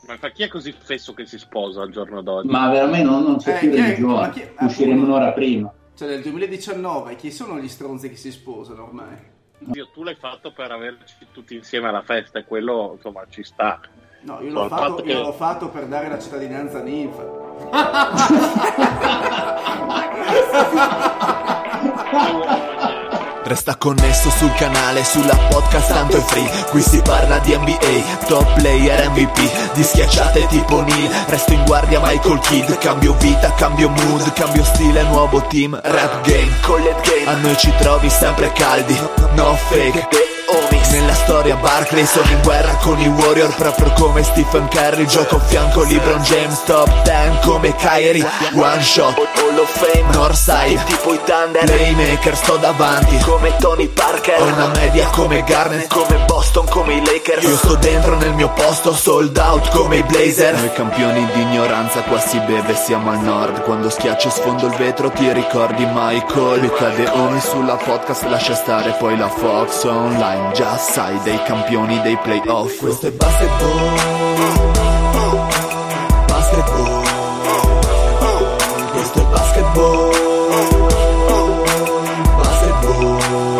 Ma chi è così fesso che si sposa al giorno d'oggi? Ma veramente non c'è più religione, usciremo un'ora prima. Cioè nel 2019 chi sono gli stronzi che si sposano ormai? Dio, tu l'hai fatto per averci tutti insieme alla festa e quello insomma ci sta. No, io l'ho fatto per dare la cittadinanza a Ninfa. Resta connesso sul canale, sulla podcast tanto è free. Qui si parla di NBA, top player MVP, di schiacciate tipo Neil. Resto in guardia Michael Kidd, cambio vita, cambio mood, cambio stile, nuovo team, rap game, collet game. A noi ci trovi sempre caldi, no fake. Nella storia Barkley sono in guerra con i Warrior, proprio come Stephen Curry. Gioco a fianco LeBron James, top 10 come Kyrie. One shot, Hall of Fame, Northside, tipo i Thunder. Playmaker, sto davanti come Tony Parker. Ho una media come Garnett, come Boston, come i Lakers. Io sto dentro nel mio posto, sold out come i Blazer. Noi campioni di ignoranza, qua si beve, siamo al nord. Quando schiacci sfondo il vetro ti ricordi Michael. Mi cade Omi sulla podcast, lascia stare poi la Fox online. Già sai dei campioni dei playoff. Questo è basketball, basketball. Questo è basketball, basketball.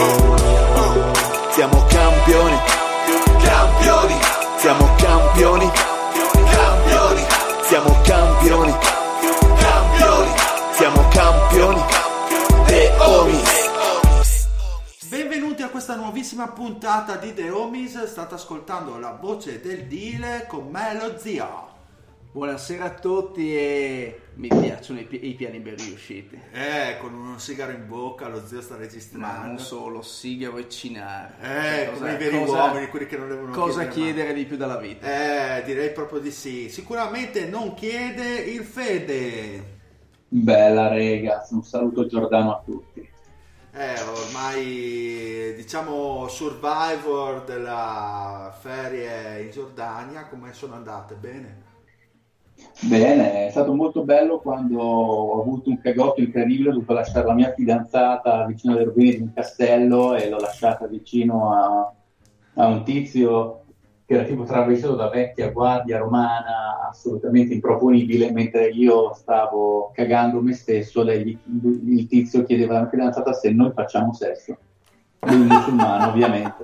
Siamo campioni, campioni. Siamo campioni, campioni. Siamo campioni, campioni. Siamo campioni. The Homies. Benvenuti a questa nuovissima puntata di The Homies. State ascoltando la voce del Dile, con me lo zio. Buonasera a tutti e mi piacciono i piani ben riusciti. Con uno sigaro in bocca lo zio sta registrando. Ma non solo, sigaro e cinare. Come i veri uomini, quelli che non devono cosa chiedere di più dalla vita? Direi proprio di sì. Sicuramente non chiede il Fede. Bella rega, un saluto Giordano a tutti. Ormai diciamo survivor della ferie in Giordania, come sono andate? Bene? Bene, è stato molto bello quando ho avuto un cagotto incredibile, ho dovuto lasciare la mia fidanzata vicino alle rovine di un castello e l'ho lasciata vicino a un tizio che era tipo travestito da vecchia guardia romana, assolutamente improponibile, mentre io stavo cagando me stesso, il tizio chiedeva alla mia fidanzata se noi facciamo sesso. Lui musulmano, ovviamente.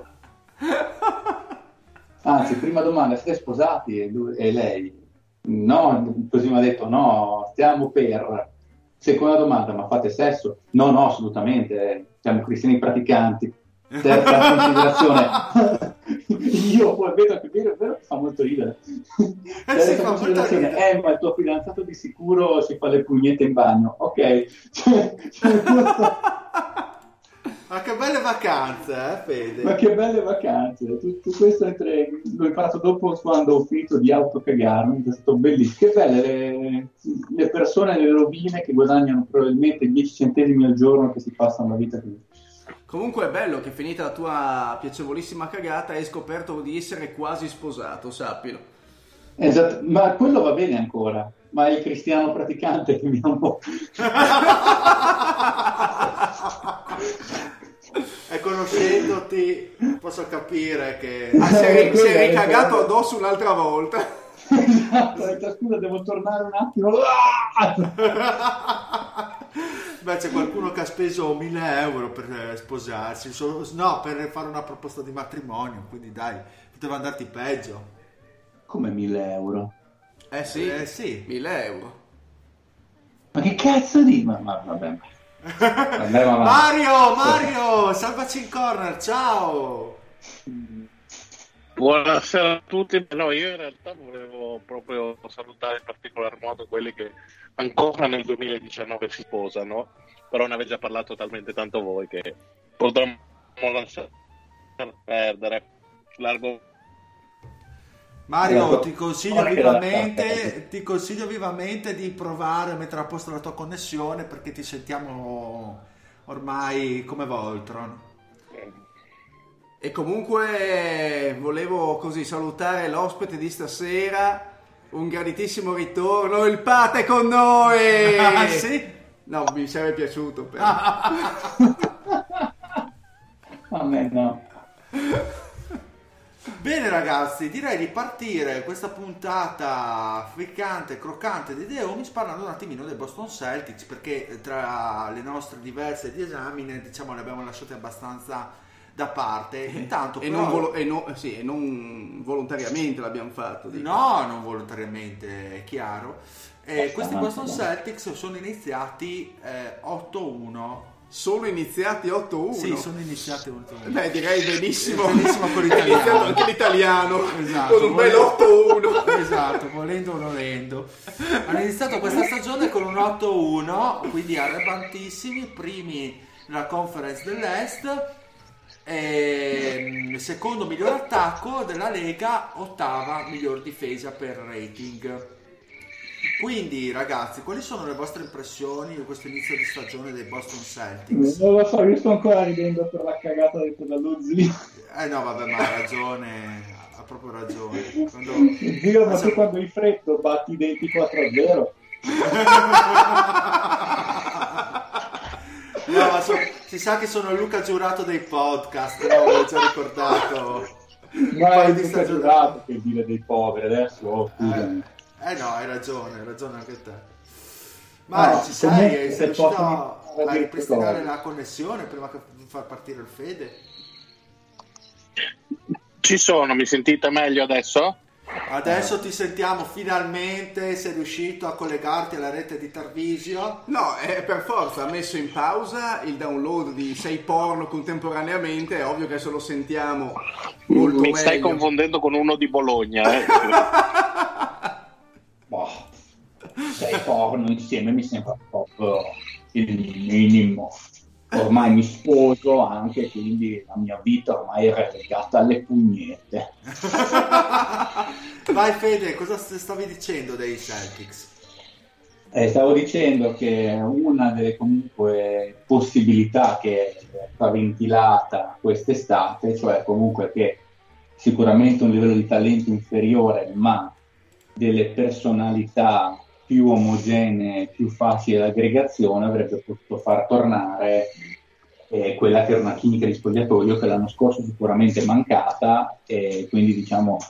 Anzi, prima domanda, siete sposati? E lei? No, così mi ha detto, no, stiamo per. Seconda domanda, ma fate sesso? No, assolutamente, siamo cristiani praticanti. Terza considerazione, io poi vedo che è vero che fa molto ridere. Terza considerazione, ma il tuo fidanzato di sicuro si fa le pugnette in bagno, ok? Ma che belle vacanze, Fede? Ma che belle vacanze, tutto questo l'ho imparato dopo quando ho finito di autocagarmi, è stato bellissimo. Che belle le persone nelle rovine che guadagnano probabilmente 10 centesimi al giorno, che si passano la vita così. Comunque è bello che finita la tua piacevolissima cagata hai scoperto di essere quasi sposato, sappilo. Esatto, ma quello va bene ancora, ma è il cristiano praticante che mi ha un po'. E conoscendoti posso capire che sei ricagato addosso un'altra volta. Esatto, scusa, devo tornare un attimo. Beh, c'è qualcuno che ha speso 1.000 euro per sposarsi, per fare una proposta di matrimonio, quindi dai, poteva andarti peggio. Come 1.000 euro? Sì, 1.000 euro. Ma che cazzo di? Ma vabbè. Mario, salvaci in corner, ciao! Buonasera a tutti. No, io in realtà volevo proprio salutare in particolar modo quelli che ancora nel 2019 si sposano, però ne avete già parlato talmente tanto voi che potremmo lasciar perdere l'argomento. Mario, ti consiglio vivamente di provare a mettere a posto la tua connessione, perché ti sentiamo ormai come Voltron. E comunque volevo così salutare l'ospite di stasera, un graditissimo ritorno, il Pate con noi! Ah, sì? No, mi sarebbe piaciuto però. A me no. Bene ragazzi, direi di partire questa puntata friccante, croccante di The Homies parlando un attimino dei Boston Celtics, perché tra le nostre diverse disamine diciamo le abbiamo lasciate abbastanza da parte. Intanto e però... non volontariamente l'abbiamo fatto. Dico. No, non volontariamente, è chiaro. Questi Boston Celtics sono iniziati 8-1. Sono iniziati 8-1? Sì, sono iniziati 8-1. Beh, direi benissimo. Benissimo con l'italiano. È iniziato anche l'italiano. Esatto, con un bel 8-1. Esatto, volendo o nolendo. Hanno iniziato questa stagione con un 8-1, quindi arrobbantissimi, primi nella conference dell'Est. Secondo miglior attacco della Lega, ottava miglior difesa per rating. Quindi ragazzi, quali sono le vostre impressioni di questo inizio di stagione dei Boston Celtics? Non lo so, io sto ancora ridendo per la cagata detta dallo zio. No vabbè, ma ha ragione, ha proprio ragione. Zio, ma tu quando hai freddo batti i denti 4-0. No, ma si sa che sono Luca Giurato dei podcast, no? L'ho già ricordato. Ma è Luca Giurato che dire dei poveri adesso, scusami. No, hai ragione anche te. Ma no, ci sei riuscito a ripristinare la connessione prima che far partire il Fede? Ci sono, mi sentite meglio adesso? Adesso ti sentiamo finalmente, sei riuscito a collegarti alla rete di Tarvisio? No, per forza, ha messo in pausa il download di 6 porno contemporaneamente, è ovvio che adesso lo sentiamo molto meglio. Mi stai confondendo con uno di Bologna, Boh, 6 porno insieme mi sembra proprio il minimo. Ormai mi sposo anche, quindi la mia vita ormai è relegata alle pugnette. Vai Fede, cosa stavi dicendo dei Celtics? Stavo dicendo che una delle comunque possibilità che è stata ventilata quest'estate, cioè comunque che sicuramente un livello di talento inferiore, ma delle personalità più omogenee, più facili d'aggregazione, avrebbe potuto far tornare quella che era una chimica di spogliatoio che l'anno scorso sicuramente è mancata, e quindi diciamo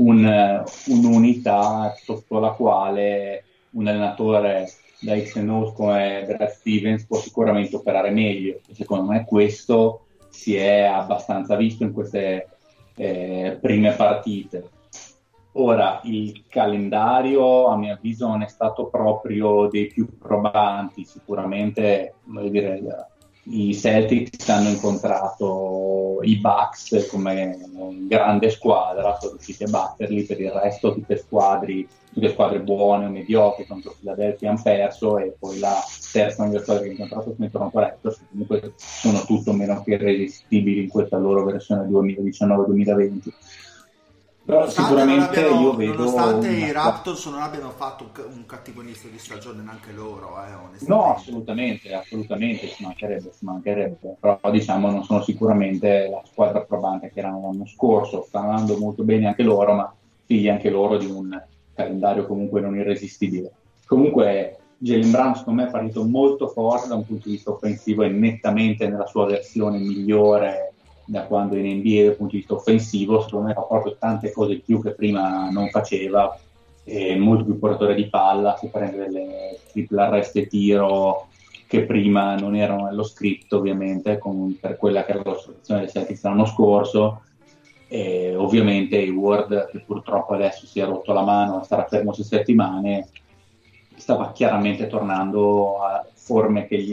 un'unità sotto la quale un allenatore da X and O's come Brad Stevens può sicuramente operare meglio. Secondo me questo si è abbastanza visto in queste prime partite. Ora, il calendario a mio avviso non è stato proprio dei più probanti, sicuramente voglio dire, i Celtics hanno incontrato i Bucks come grande squadra, sono riusciti a batterli, per il resto tutte squadre buone o mediocri contro Philadelphia hanno perso, e poi la terza miglior squadra che ha incontrato sono i Toronto Raptors, che comunque sono tutto meno che irresistibili in questa loro versione 2019-2020. Però sicuramente io vedo, nonostante i Raptors non abbiano fatto un cattivo inizio di stagione neanche loro, onestamente. No, assolutamente, ci mancherebbe, però diciamo non sono sicuramente la squadra probante che erano l'anno scorso. Stanno andando molto bene anche loro, ma figli anche loro di un calendario comunque non irresistibile. Comunque Jaylen Brown secondo me è partito molto forte da un punto di vista offensivo e nettamente nella sua versione migliore da quando è in NBA dal punto di vista offensivo. Secondo me fa proprio tante cose in più che prima non faceva, è molto più portatore di palla, si prende delle triple arrest e tiro che prima non erano nello script, ovviamente per quella che era la situazione del Celtics l'anno scorso. E ovviamente Hayward, che purtroppo adesso si è rotto la mano e starà fermo 6 settimane, stava chiaramente tornando a forme che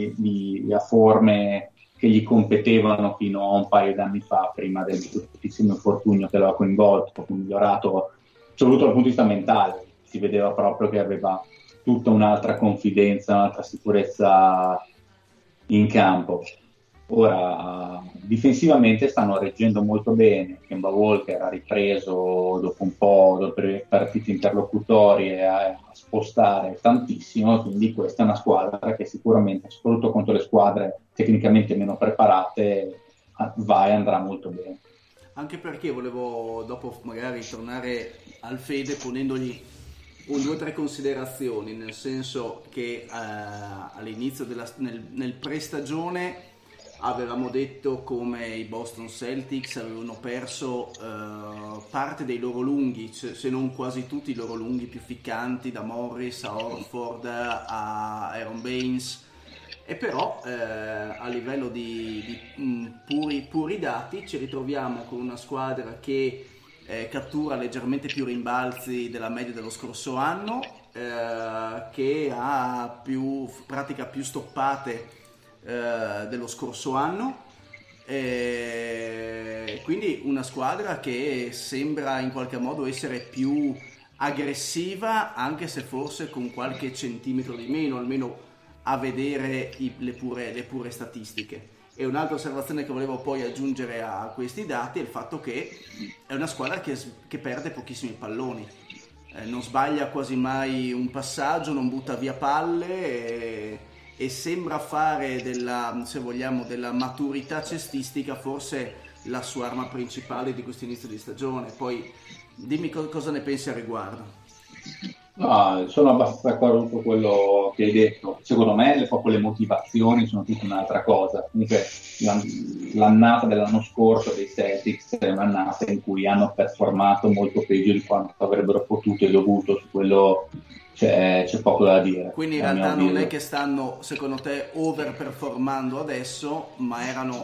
gli competevano fino a un paio d'anni fa, prima del bruttissimo infortunio che l'aveva coinvolto. Migliorato soprattutto dal punto di vista mentale, si vedeva proprio che aveva tutta un'altra confidenza, un'altra sicurezza in campo. Ora, difensivamente stanno reggendo molto bene. Kemba Walker ha ripreso dopo un po', dopo le partite interlocutorie, a spostare tantissimo, quindi questa è una squadra che sicuramente, soprattutto contro le squadre tecnicamente meno preparate, va e andrà molto bene. Anche perché volevo dopo magari tornare al Fede ponendogli 2 o 3 considerazioni, nel senso che all'inizio nel pre-stagione avevamo detto come i Boston Celtics avevano perso parte dei loro lunghi, se non quasi tutti i loro lunghi più ficcanti, da Morris a Horford a Aaron Baines, e però a livello di puri dati ci ritroviamo con una squadra che cattura leggermente più rimbalzi della media dello scorso anno, che ha pratica più stoppate dello scorso anno, quindi una squadra che sembra in qualche modo essere più aggressiva, anche se forse con qualche centimetro di meno, almeno a vedere le pure statistiche. E un'altra osservazione che volevo poi aggiungere a questi dati è il fatto che è una squadra che perde pochissimi palloni, non sbaglia quasi mai un passaggio, non butta via palle, e sembra fare della maturità cestistica forse la sua arma principale di questo inizio di stagione. Poi dimmi cosa ne pensi al riguardo. No, sono abbastanza d'accordo con quello che hai detto. Secondo me proprio le motivazioni sono tutta un'altra cosa. Comunque l'annata dell'anno scorso dei Celtics è un'annata in cui hanno performato molto peggio di quanto avrebbero potuto e dovuto. Su quello c'è poco da dire. Quindi in realtà non è che stanno, secondo te, overperformando adesso, ma erano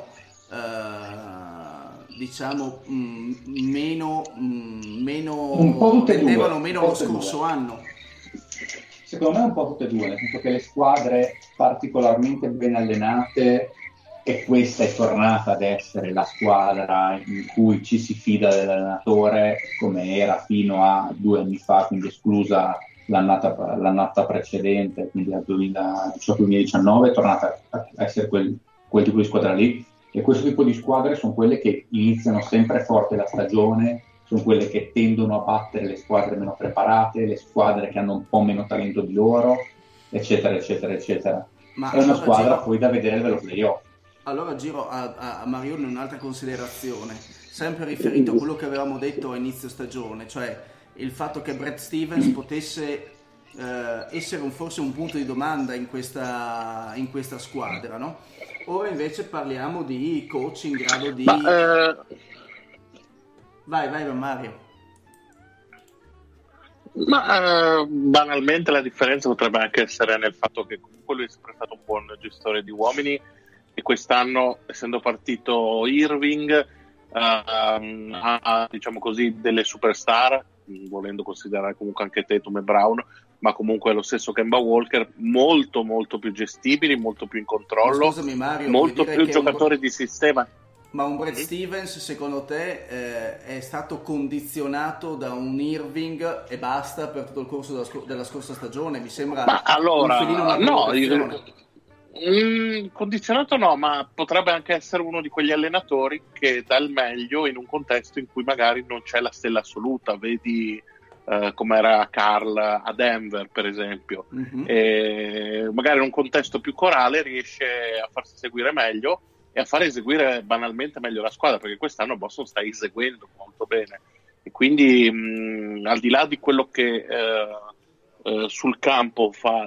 diciamo meno un po' tutte e due, vendevano meno lo scorso anno. Secondo me un po' tutte e due, nel senso che le squadre particolarmente ben allenate, e questa è tornata ad essere la squadra in cui ci si fida dell'allenatore, come era fino a 2 anni fa, quindi esclusa l'annata precedente, quindi al 2018-2019, è tornata a essere quel tipo di squadra lì. E questo tipo di squadre sono quelle che iniziano sempre forte la stagione, sono quelle che tendono a battere le squadre meno preparate, le squadre che hanno un po' meno talento di loro, eccetera, eccetera, eccetera. Ma è una squadra poi da vedere nello playoff. Allora giro a Marione un'altra considerazione, sempre riferito a quello che avevamo detto a inizio stagione, cioè il fatto che Brad Stevens potesse essere forse un punto di domanda in questa squadra, no? Ora invece parliamo di coach in grado di... Vai Mario. Banalmente la differenza potrebbe anche essere nel fatto che comunque lui è sempre stato un buon gestore di uomini, e quest'anno, essendo partito Irving, ha diciamo così delle superstar, volendo considerare comunque anche Tatum e Brown, ma comunque lo stesso Kemba Walker, molto molto più gestibili, molto più in controllo. Scusami Mario, molto più giocatori di sistema. Ma un Brad Stevens secondo te è stato condizionato da un Irving e basta per tutto il corso della scorsa stagione? Mi sembra un filino una condizionato no, ma potrebbe anche essere uno di quegli allenatori che dà il meglio in un contesto in cui magari non c'è la stella assoluta, vedi come era Carl a Denver per esempio. E magari in un contesto più corale riesce a farsi seguire meglio e a fare eseguire banalmente meglio la squadra, perché quest'anno Boston sta eseguendo molto bene, e quindi al di là di quello che sul campo fa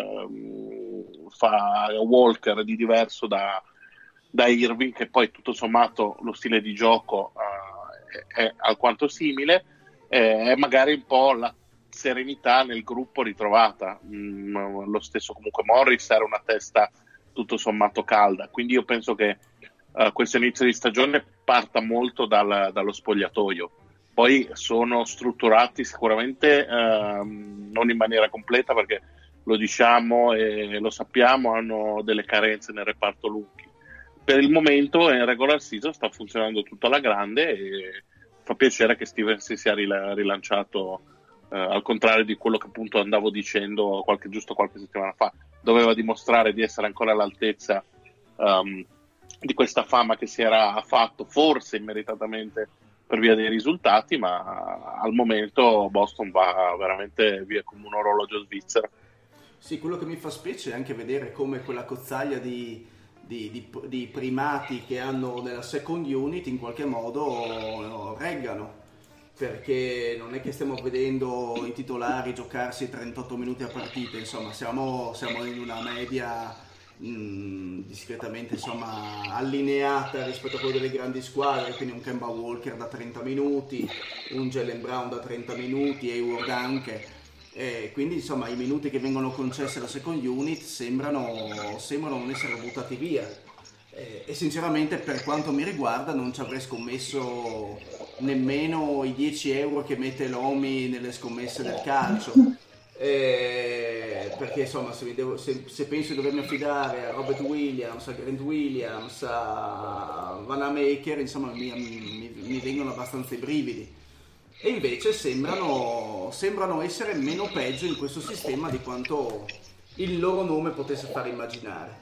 Walker di diverso da Irving, che poi tutto sommato lo stile di gioco è alquanto simile, è magari un po' la serenità nel gruppo ritrovata. Lo stesso comunque Morris era una testa tutto sommato calda, quindi io penso che questo inizio di stagione parta molto dallo spogliatoio. Poi sono strutturati sicuramente non in maniera completa, perché lo diciamo e lo sappiamo, hanno delle carenze nel reparto lunghi. Per il momento in regular season sta funzionando tutto alla grande e fa piacere che Stevens si sia rilanciato, al contrario di quello che appunto andavo dicendo qualche settimana fa. Doveva dimostrare di essere ancora all'altezza di questa fama che si era fatto, forse immeritatamente per via dei risultati, ma al momento Boston va veramente via come un orologio svizzero. Sì, quello che mi fa specie è anche vedere come quella cozzaglia di primati che hanno nella second unit in qualche modo reggano, perché non è che stiamo vedendo i titolari giocarsi 38 minuti a partita, insomma siamo in una media discretamente insomma allineata rispetto a quello delle grandi squadre, quindi un Kemba Walker da 30 minuti, un Jaylen Brown da 30 minuti, Hayward anche. Quindi insomma i minuti che vengono concessi alla second unit sembrano non essere buttati via, e sinceramente per quanto mi riguarda non ci avrei scommesso nemmeno i 10 euro che mette l'Omi nelle scommesse del calcio, perché insomma se penso di dovermi affidare a Robert Williams, a Grant Williams, a Vanamaker, insomma mi vengono abbastanza i brividi. E invece sembrano essere meno peggio in questo sistema di quanto il loro nome potesse far immaginare.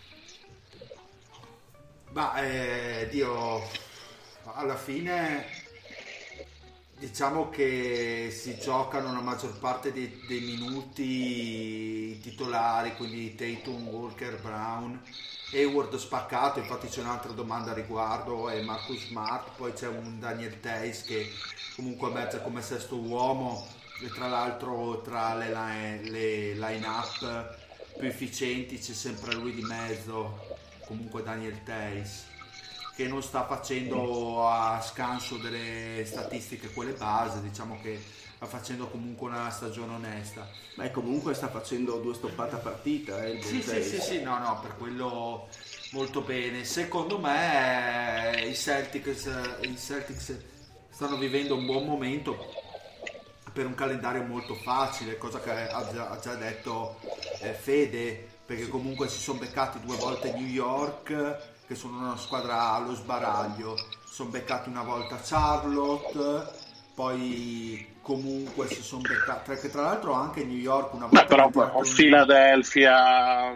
Dio, alla fine diciamo che si giocano la maggior parte dei minuti titolari, quindi Tatum, Walker, Brown, Hayward spaccato. Infatti c'è un'altra domanda a riguardo, è Marcus Smart, poi c'è un Daniel Theis che comunque emerge come sesto uomo, e tra l'altro tra le line-up più efficienti c'è sempre lui di mezzo, comunque Daniel Theis, che non sta facendo a scanso delle statistiche quelle base, diciamo che sta facendo comunque una stagione onesta. Beh, comunque sta facendo 2 stoppate a partita, il sì, no, per quello molto bene. Secondo me i Celtics stanno vivendo un buon momento per un calendario molto facile, cosa che ha già detto Fede, perché comunque si sono beccati 2 volte New York, che sono una squadra allo sbaraglio, sono beccati una volta Charlotte, poi comunque si sono beccati, perché tra l'altro anche New York una volta... però Philadelphia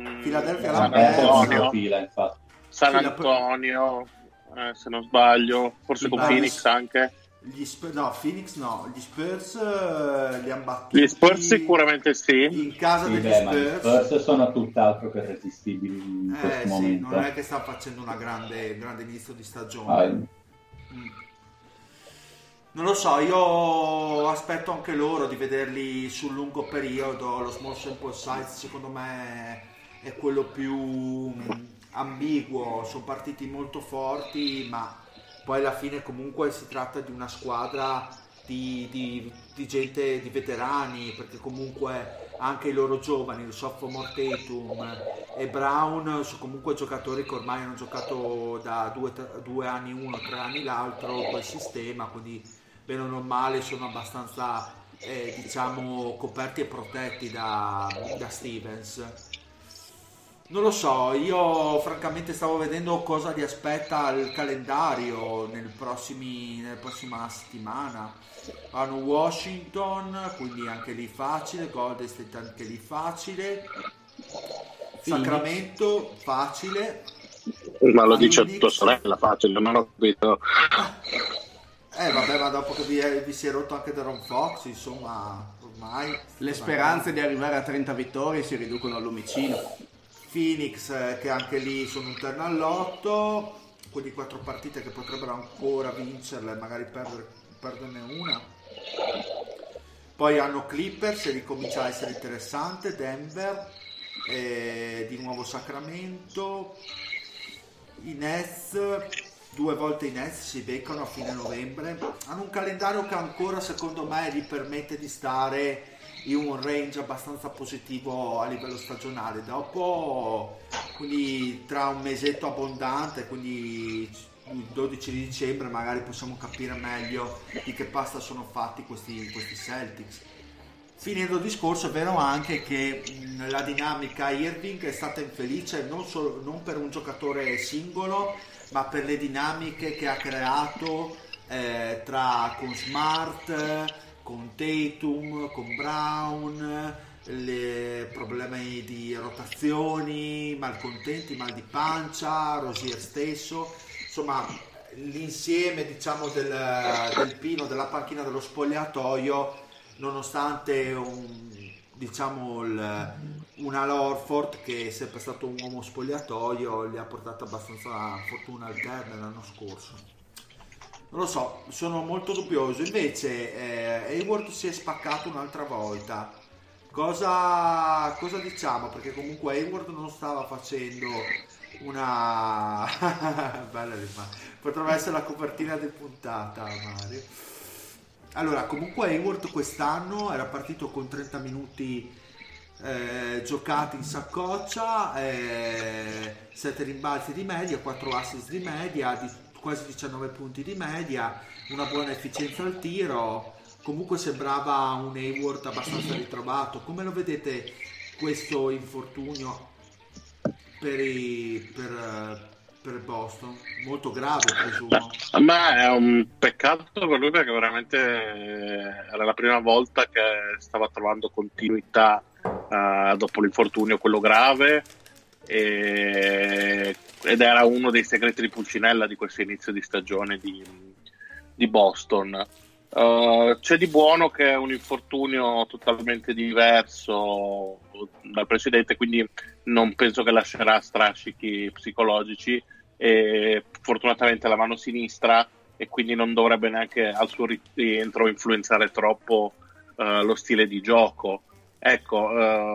San Antonio, se non sbaglio, forse con Phoenix anche. Phoenix no, gli Spurs li hanno battuti. Gli Spurs sicuramente sì. In casa degli Spurs. Ma gli Spurs sono tutt'altro che irresistibili in questo momento. Non è che sta facendo una grande inizio di stagione. Non lo so, io aspetto anche loro di vederli sul lungo periodo. Lo small sample size secondo me è quello più ambiguo. Sono partiti molto forti, ma poi alla fine comunque si tratta di una squadra di gente, di veterani, perché comunque anche i loro giovani, il sophomore Tatum e Brown, sono comunque giocatori che ormai hanno giocato da 2 anni uno, 3 anni l'altro quel sistema, quindi bene o non male sono abbastanza diciamo coperti e protetti da Stevens. Non lo so, io francamente stavo vedendo cosa li aspetta il calendario nella prossima settimana. Hanno Washington, quindi anche lì facile, Golden State anche lì facile, Sacramento facile. Ma lo dice tua sorella facile, non ho capito. Vabbè, ma dopo che vi si è rotto anche De'Aaron Fox, insomma, ormai... Le speranze di arrivare a 30 vittorie si riducono al lumicino. Phoenix, che anche lì sono un terno all'8, quindi 4 partite che potrebbero ancora vincerle e magari perderne una. Poi hanno Clippers, e ricomincia a essere interessante, Denver, di nuovo Sacramento, i Nets, 2 volte i Nets si beccano a fine novembre. Hanno un calendario che ancora secondo me gli permette di stare in un range abbastanza positivo a livello stagionale. Dopo, quindi tra un mesetto abbondante, quindi il 12 di dicembre, magari possiamo capire meglio di che pasta sono fatti questi Celtics. Finendo il discorso, è vero anche che la dinamica Irving è stata infelice non per un giocatore singolo, ma per le dinamiche che ha creato con Smart, con Tatum, con Brown, le problemi di rotazioni, malcontenti, mal di pancia, Rosier stesso, insomma l'insieme diciamo del pino della panchina dello spogliatoio, nonostante un Al Horford che è sempre stato un uomo spogliatoio, gli ha portato abbastanza fortuna alterna l'anno scorso. Non lo so, sono molto dubbioso. Invece Hayward si è spaccato un'altra volta, Cosa diciamo? Perché comunque Hayward non stava facendo una bella potrebbe essere la copertina di puntata, Mario. Allora, comunque Hayward quest'anno era partito con 30 minuti giocati in saccoccia, 7 rimbalzi di media, 4 assist di media, quasi 19 punti di media, una buona efficienza al tiro. Comunque sembrava un Hayward abbastanza ritrovato. Come lo vedete questo infortunio per Boston? Molto grave, presumo. Ma è un peccato per lui, perché veramente era la prima volta che stava trovando continuità dopo l'infortunio, quello grave, ed era uno dei segreti di Pulcinella di questo inizio di stagione di Boston. C'è di buono che è un infortunio totalmente diverso dal precedente, quindi non penso che lascerà strascichi psicologici, e fortunatamente la mano sinistra, e quindi non dovrebbe neanche al suo rientro influenzare troppo lo stile di gioco. Ecco,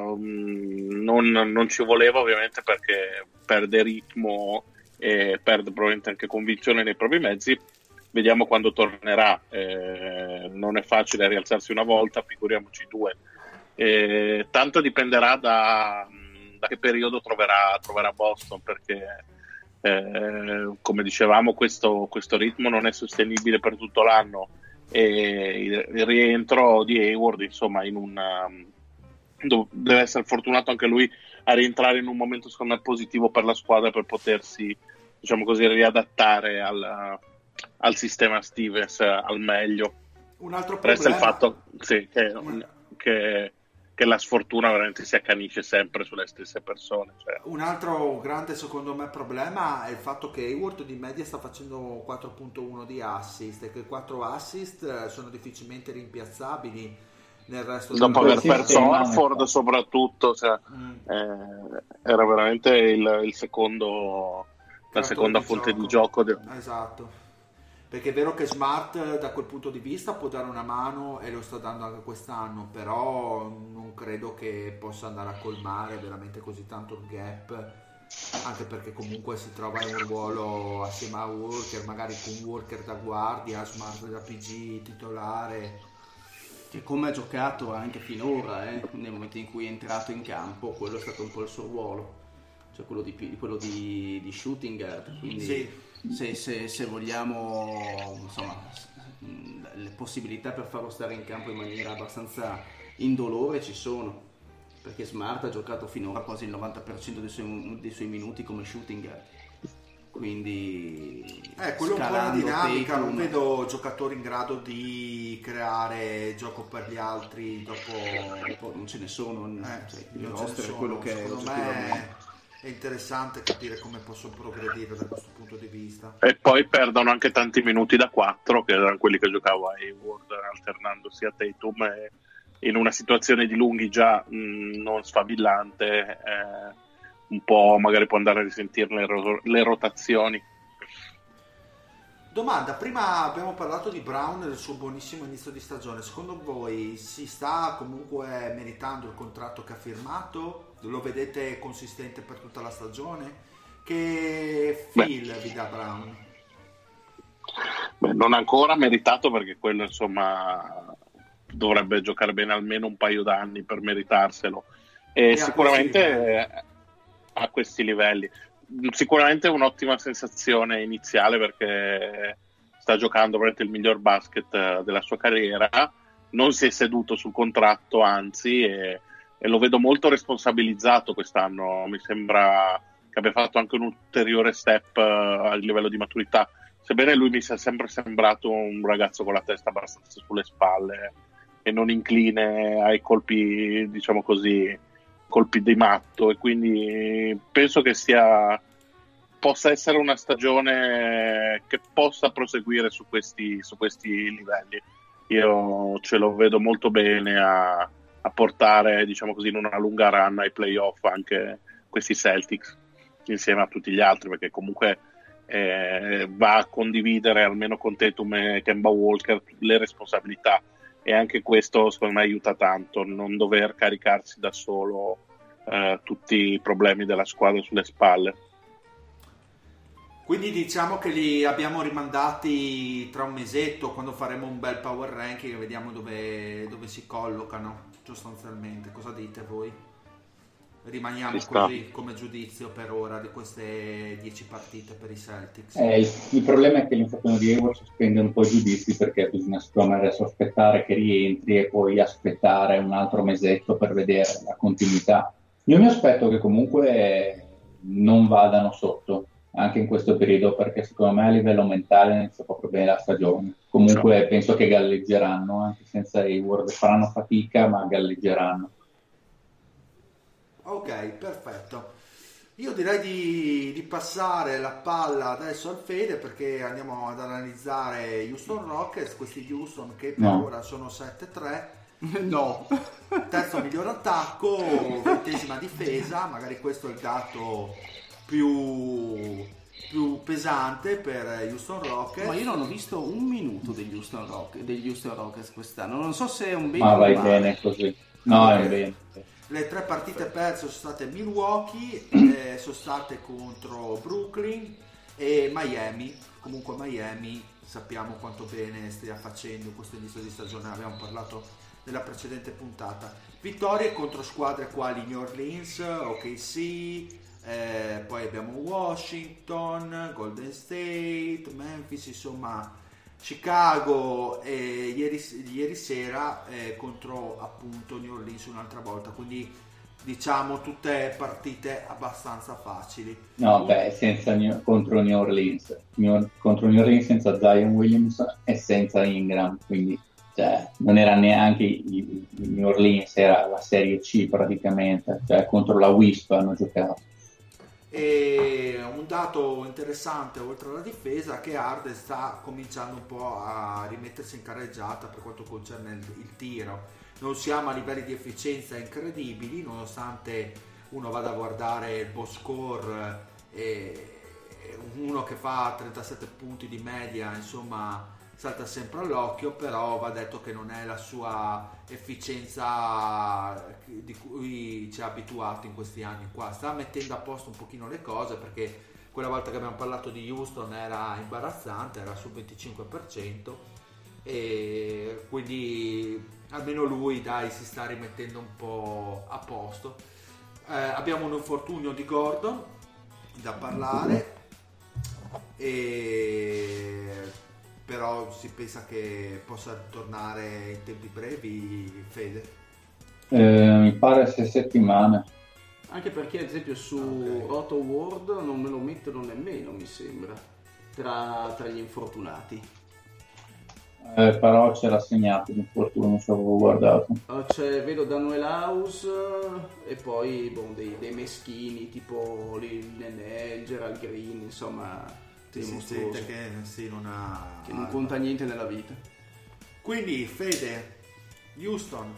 non ci voleva, ovviamente, perché perde ritmo e perde probabilmente anche convinzione nei propri mezzi. Vediamo quando tornerà. Non è facile rialzarsi una volta, figuriamoci due. Tanto dipenderà da che periodo troverà Boston, perché come dicevamo questo ritmo non è sostenibile per tutto l'anno, e il rientro di Hayward, insomma, deve essere fortunato anche lui a rientrare in un momento, secondo me, positivo per la squadra, per potersi, diciamo così, riadattare al sistema Stevens al meglio. Un altro resta il problema, fatto che la sfortuna veramente si accanisce sempre sulle stesse persone, cioè. Un altro grande, secondo me, problema è il fatto che Hayward di media sta facendo 4.1 di assist, e che 4 assist sono difficilmente rimpiazzabili nel resto dopo del aver perso Horford, soprattutto, cioè, era veramente il secondo, la seconda fonte di gioco. Esatto, perché è vero che Smart da quel punto di vista può dare una mano, e lo sta dando anche quest'anno, però non credo che possa andare a colmare veramente così tanto il gap, anche perché comunque si trova in un ruolo assieme a Walker, magari con Walker da guardia, Smart da PG titolare, che come ha giocato anche finora, nel momento in cui è entrato in campo, quello è stato un po' il suo ruolo, cioè quello di shooting guard. Quindi sì. se vogliamo, insomma, le possibilità per farlo stare in campo in maniera abbastanza indolore ci sono, perché Smart ha giocato finora quasi il 90% dei suoi minuti come shooting guard. Quindi quello è un po' la dinamica, Tatum, non vedo giocatori in grado di creare gioco per gli altri dopo non ce ne sono, cioè, il non roster ce ne è quello sono. che è Secondo oggettivamente. me è interessante capire come possono progredire da questo punto di vista. E poi perdono anche tanti minuti da 4, che erano quelli che giocava Hayward, alternandosi a Tatum, e in una situazione di lunghi già non sfavillante, un po' magari può andare a risentire le rotazioni. Domanda, prima abbiamo parlato di Brown e del suo buonissimo inizio di stagione. Secondo voi si sta comunque meritando il contratto che ha firmato? Lo vedete consistente per tutta la stagione? Che feel vi dà Brown? Non ancora meritato, perché quello, insomma, dovrebbe giocare bene almeno un paio d'anni per meritarselo, e sicuramente a questi livelli. Sicuramente è un'ottima sensazione iniziale, perché sta giocando veramente il miglior basket della sua carriera, non si è seduto sul contratto, anzi, e lo vedo molto responsabilizzato quest'anno. Mi sembra che abbia fatto anche un ulteriore step a livello di maturità, sebbene lui mi sia sempre sembrato un ragazzo con la testa abbastanza sulle spalle e non incline ai colpi, diciamo così, colpi di matto, e quindi penso che possa essere una stagione che possa proseguire su questi livelli. Io ce lo vedo molto bene a portare, diciamo così, in una lunga run ai playoff anche questi Celtics, insieme a tutti gli altri, perché comunque va a condividere almeno con Tatum e Kemba Walker le responsabilità, e anche questo secondo me aiuta tanto, non dover caricarsi da solo tutti i problemi della squadra sulle spalle. Quindi diciamo che li abbiamo rimandati tra un mesetto, quando faremo un bel power ranking e vediamo dove si collocano sostanzialmente. Cosa dite voi? Rimaniamo così come giudizio per ora di queste 10 partite per i Celtics. Il problema è che l'infortunio di Hayward sospende un po' i giudizi, perché bisogna secondo me adesso aspettare che rientri e poi aspettare un altro mesetto per vedere la continuità. Io mi aspetto che comunque non vadano sotto anche in questo periodo, perché secondo me a livello mentale inizia proprio bene la stagione. Comunque penso che galleggeranno anche senza Hayward, faranno fatica ma galleggeranno. Ok, perfetto. Io direi di passare la palla adesso al Fede, perché andiamo ad analizzare Houston Rockets, questi Houston che per ora sono 7-3. No. Terzo miglior attacco, 20ª difesa, magari questo è il dato più pesante per Houston Rockets. Ma io non ho visto un minuto degli Houston Rockets quest'anno, non so se è un bene ma vai o male. Bene così. No, è bene. Le 3 partite perse sono state Milwaukee, sono state contro Brooklyn e Miami. Comunque Miami sappiamo quanto bene stia facendo questo inizio di stagione, abbiamo parlato nella precedente puntata. Vittorie contro squadre quali New Orleans, OKC, poi abbiamo Washington, Golden State, Memphis, insomma Chicago, e ieri sera contro appunto New Orleans un'altra volta, quindi diciamo tutte partite abbastanza facili. No, contro New Orleans. Contro New Orleans senza Zion Williams e senza Ingram, quindi non era neanche i New Orleans, era la Serie C praticamente, contro la Wisp hanno giocato. E un dato interessante oltre alla difesa, che Harden sta cominciando un po' a rimettersi in carreggiata per quanto concerne il tiro. Non siamo a livelli di efficienza incredibili, nonostante uno vada a guardare il box score, uno che fa 37 punti di media, insomma salta sempre all'occhio, però va detto che non è la sua efficienza di cui ci ha abituato in questi anni qua. Sta mettendo a posto un pochino le cose, perché quella volta che abbiamo parlato di Houston era imbarazzante, era sul 25%, e quindi almeno lui si sta rimettendo un po' a posto. Abbiamo un infortunio di Gordon da parlare, però si pensa che possa tornare in tempi brevi, Fede? Mi pare 6 settimane. Anche perché ad esempio su Roto World non me lo mettono nemmeno, mi sembra, tra gli infortunati. Però c'era segnato l'infortunio, non ci avevo guardato. Vedo Daniel House e poi dei meschini tipo Nenel, Gerald Green, insomma gente che non conta niente nella vita. Quindi Fede, Houston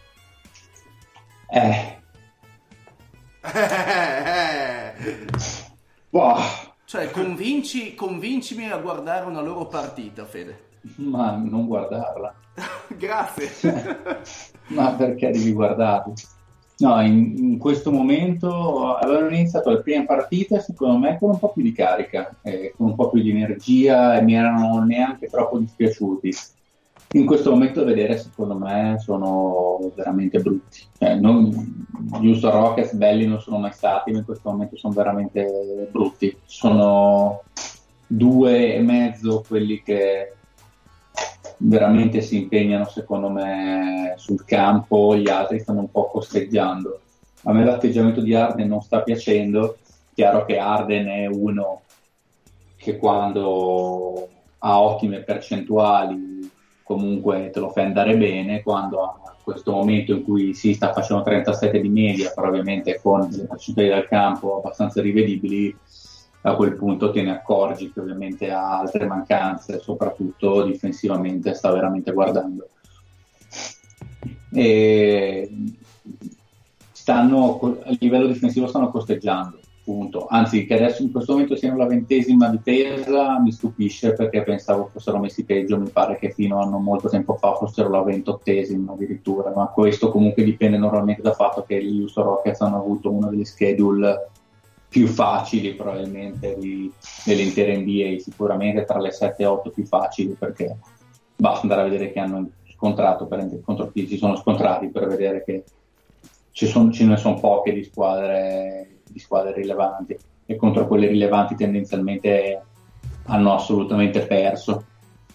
Wow. Cioè convincimi a guardare una loro partita, Fede. Ma non guardarla. Grazie. Ma perché devi guardarla? No, in questo momento avevano iniziato le prime partite secondo me con un po' più di carica, con un po' più di energia, e mi erano neanche troppo dispiaciuti. In questo momento a vedere, secondo me, sono veramente brutti. Gli Houston Rockets belli non sono mai stati, ma in questo momento sono veramente brutti. Sono 2,5 quelli che veramente si impegnano, secondo me, sul campo, gli altri stanno un po' costeggiando. A me l'atteggiamento di Harden non sta piacendo. Chiaro che Harden è uno che quando ha ottime percentuali comunque te lo fai andare bene, quando a questo momento in cui si sta facendo 37 di media, però ovviamente con le percentuali dal campo abbastanza rivedibili, a quel punto te ne accorgi che ovviamente ha altre mancanze, soprattutto difensivamente sta veramente guardando. E a livello difensivo stanno costeggiando, punto. Anzi, che adesso in questo momento siano la 20ª difesa mi stupisce, perché pensavo fossero messi peggio. Mi pare che fino a non molto tempo fa fossero la 28ª addirittura, ma questo comunque dipende normalmente dal fatto che gli Houston Rockets hanno avuto una delle schedule più facili probabilmente dell'intera NBA, sicuramente tra le 7 e 8 più facili, perché basta andare a vedere che hanno scontrato contro chi si sono scontrati per vedere che ce ne sono poche di squadre rilevanti, e contro quelle rilevanti tendenzialmente hanno assolutamente perso.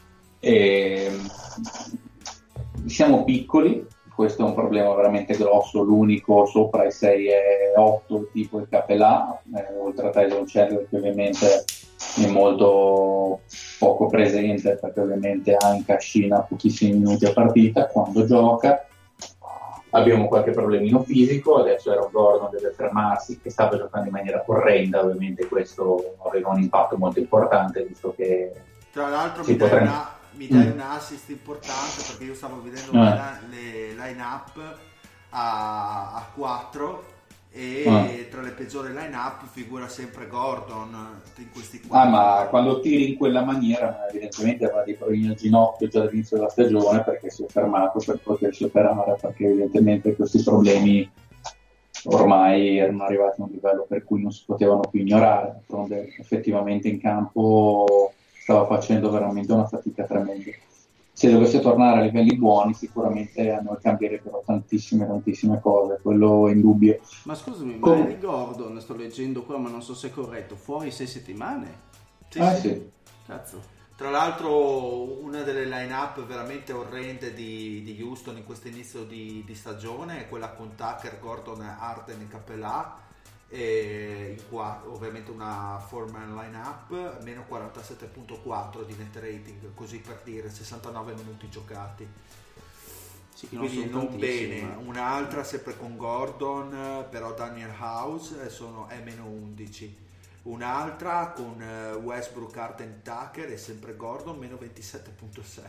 Siamo piccoli, questo è un problema veramente grosso, l'unico sopra i 6-8 tipo il Capelà, oltre a Tyson Chandler, che ovviamente è molto poco presente, perché ovviamente incascina pochissimi minuti a partita quando gioca. Abbiamo qualche problemino fisico, adesso Aaron Gordon deve fermarsi, che stava giocando in maniera orrenda, ovviamente questo aveva un impatto molto importante, visto che tra l'altro mi dai un assist importante, perché io stavo vedendo le line-up a 4 e tra le peggiori line-up figura sempre Gordon in questi 4. Ma quando tiri in quella maniera evidentemente aveva dei problemi al ginocchio già dall'inizio della stagione, perché si è fermato per potersi operare, perché evidentemente questi problemi ormai erano arrivati a un livello per cui non si potevano più ignorare. Effettivamente in campo stava facendo veramente una fatica tremenda. Se dovesse tornare a livelli buoni, sicuramente a noi cambierebbero tantissime cose, quello è indubbio. Ma scusami, ma Eric Gordon, sto leggendo qua, ma non so se è corretto, fuori 6 settimane? Sì. Cazzo. Tra l'altro una delle line-up veramente orrende di Houston in questo inizio di stagione è quella con Tucker, Gordon, Harden e Capelà, e ovviamente una four-man line-up, meno 47.4 di net rating, così per dire, 69 minuti giocati. Sì, quindi non bene. Un'altra sempre con Gordon, però Daniel House, è meno 11. Un'altra con Westbrook, Harden, Tucker e sempre Gordon, meno 27.7.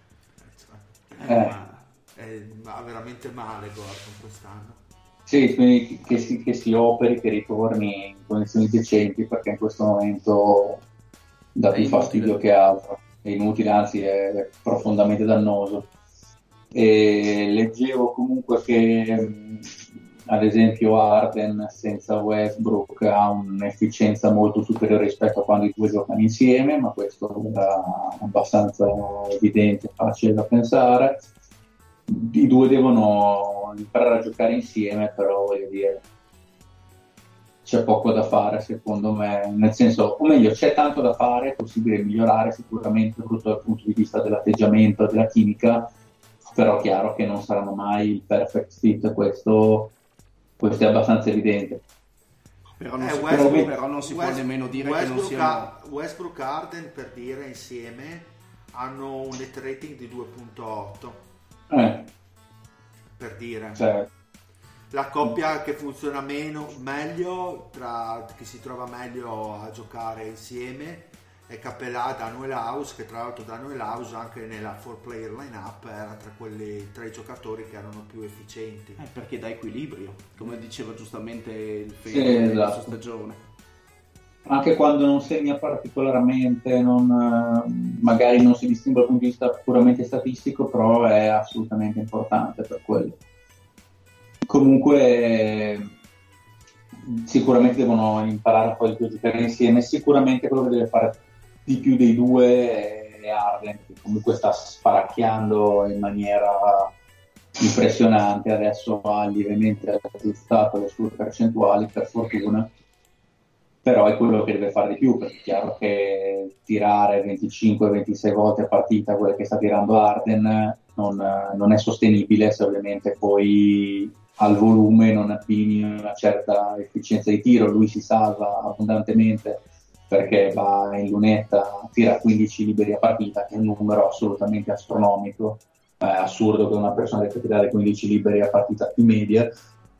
Va veramente male Gordon quest'anno. Sì, quindi che si operi, che ritorni in condizioni decenti, perché in questo momento dà più fastidio che altro, è inutile, anzi è profondamente dannoso. E leggevo comunque che ad esempio Harden senza Westbrook ha un'efficienza molto superiore rispetto a quando i due giocano insieme, ma questo era abbastanza evidente, facile da pensare. I due devono imparare a giocare insieme, però voglio dire, c'è poco da fare secondo me, nel senso, o meglio, c'è tanto da fare, è possibile migliorare sicuramente soprattutto dal punto di vista dell'atteggiamento, della chimica, però è chiaro che non saranno mai il perfect fit, questo è abbastanza evidente. Però non si può nemmeno dire che non siano... Westbrook e Harden, per dire, insieme hanno un net rating di 2.8. Per dire, la coppia che funziona meglio, tra chi si trova meglio a giocare insieme, è Capelà, Danuel House, che tra l'altro Danuel House anche nella 4-player line-up era tra i giocatori che erano più efficienti, perché dà equilibrio, come diceva giustamente il Fede nella sua stagione. Anche quando non segna particolarmente, magari non si distingue dal punto di vista puramente statistico, però è assolutamente importante per quello. Comunque sicuramente devono imparare poi a giocare insieme. Sicuramente quello che deve fare di più dei due è Harden, che comunque sta sparacchiando in maniera impressionante. Adesso ha lievemente aggiustato le sue percentuali, per fortuna, però è quello che deve fare di più, perché è chiaro che tirare 25-26 volte a partita quelle che sta tirando Harden non è sostenibile se ovviamente poi al volume non abbini una certa efficienza di tiro. Lui si salva abbondantemente perché va in lunetta, tira 15 liberi a partita, che è un numero assolutamente astronomico. È assurdo che una persona debba tirare 15 liberi a partita in media,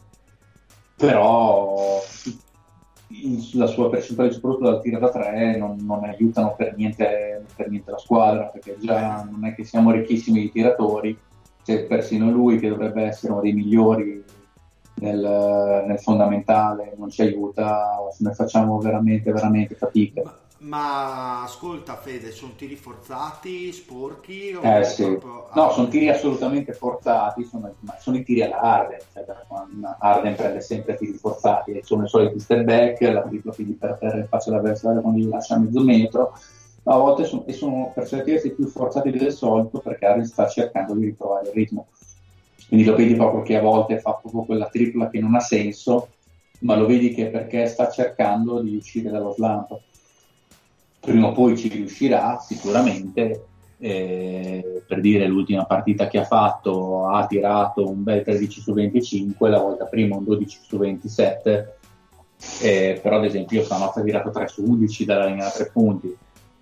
però la sua percentuale soprattutto dal tiro da 3 non aiutano per niente la squadra, perché già non è che siamo ricchissimi di tiratori, c'è persino lui che dovrebbe essere uno dei migliori nel fondamentale, non ci aiuta, ne facciamo veramente fatica. Ma ascolta Fede, sono tiri forzati, sporchi? O Sì. proprio... No, sono tiri assolutamente forzati, sono i tiri alla Harden, cioè, Harden prende sempre tiri forzati, e sono i soliti step back, la tripla quindi per terra in faccia all'avversario quando gli lascia mezzo metro, a volte sono per certi versi più forzati del solito perché Harden sta cercando di ritrovare il ritmo, quindi lo vedi proprio che a volte fa proprio quella tripla che non ha senso, ma lo vedi che è perché sta cercando di uscire dallo slump. Prima o poi ci riuscirà sicuramente, per dire l'ultima partita che ha fatto ha tirato un bel 13 su 25, la volta prima un 12 su 27, però ad esempio stanotte ha tirato 3 su 11 dalla linea da 3 punti,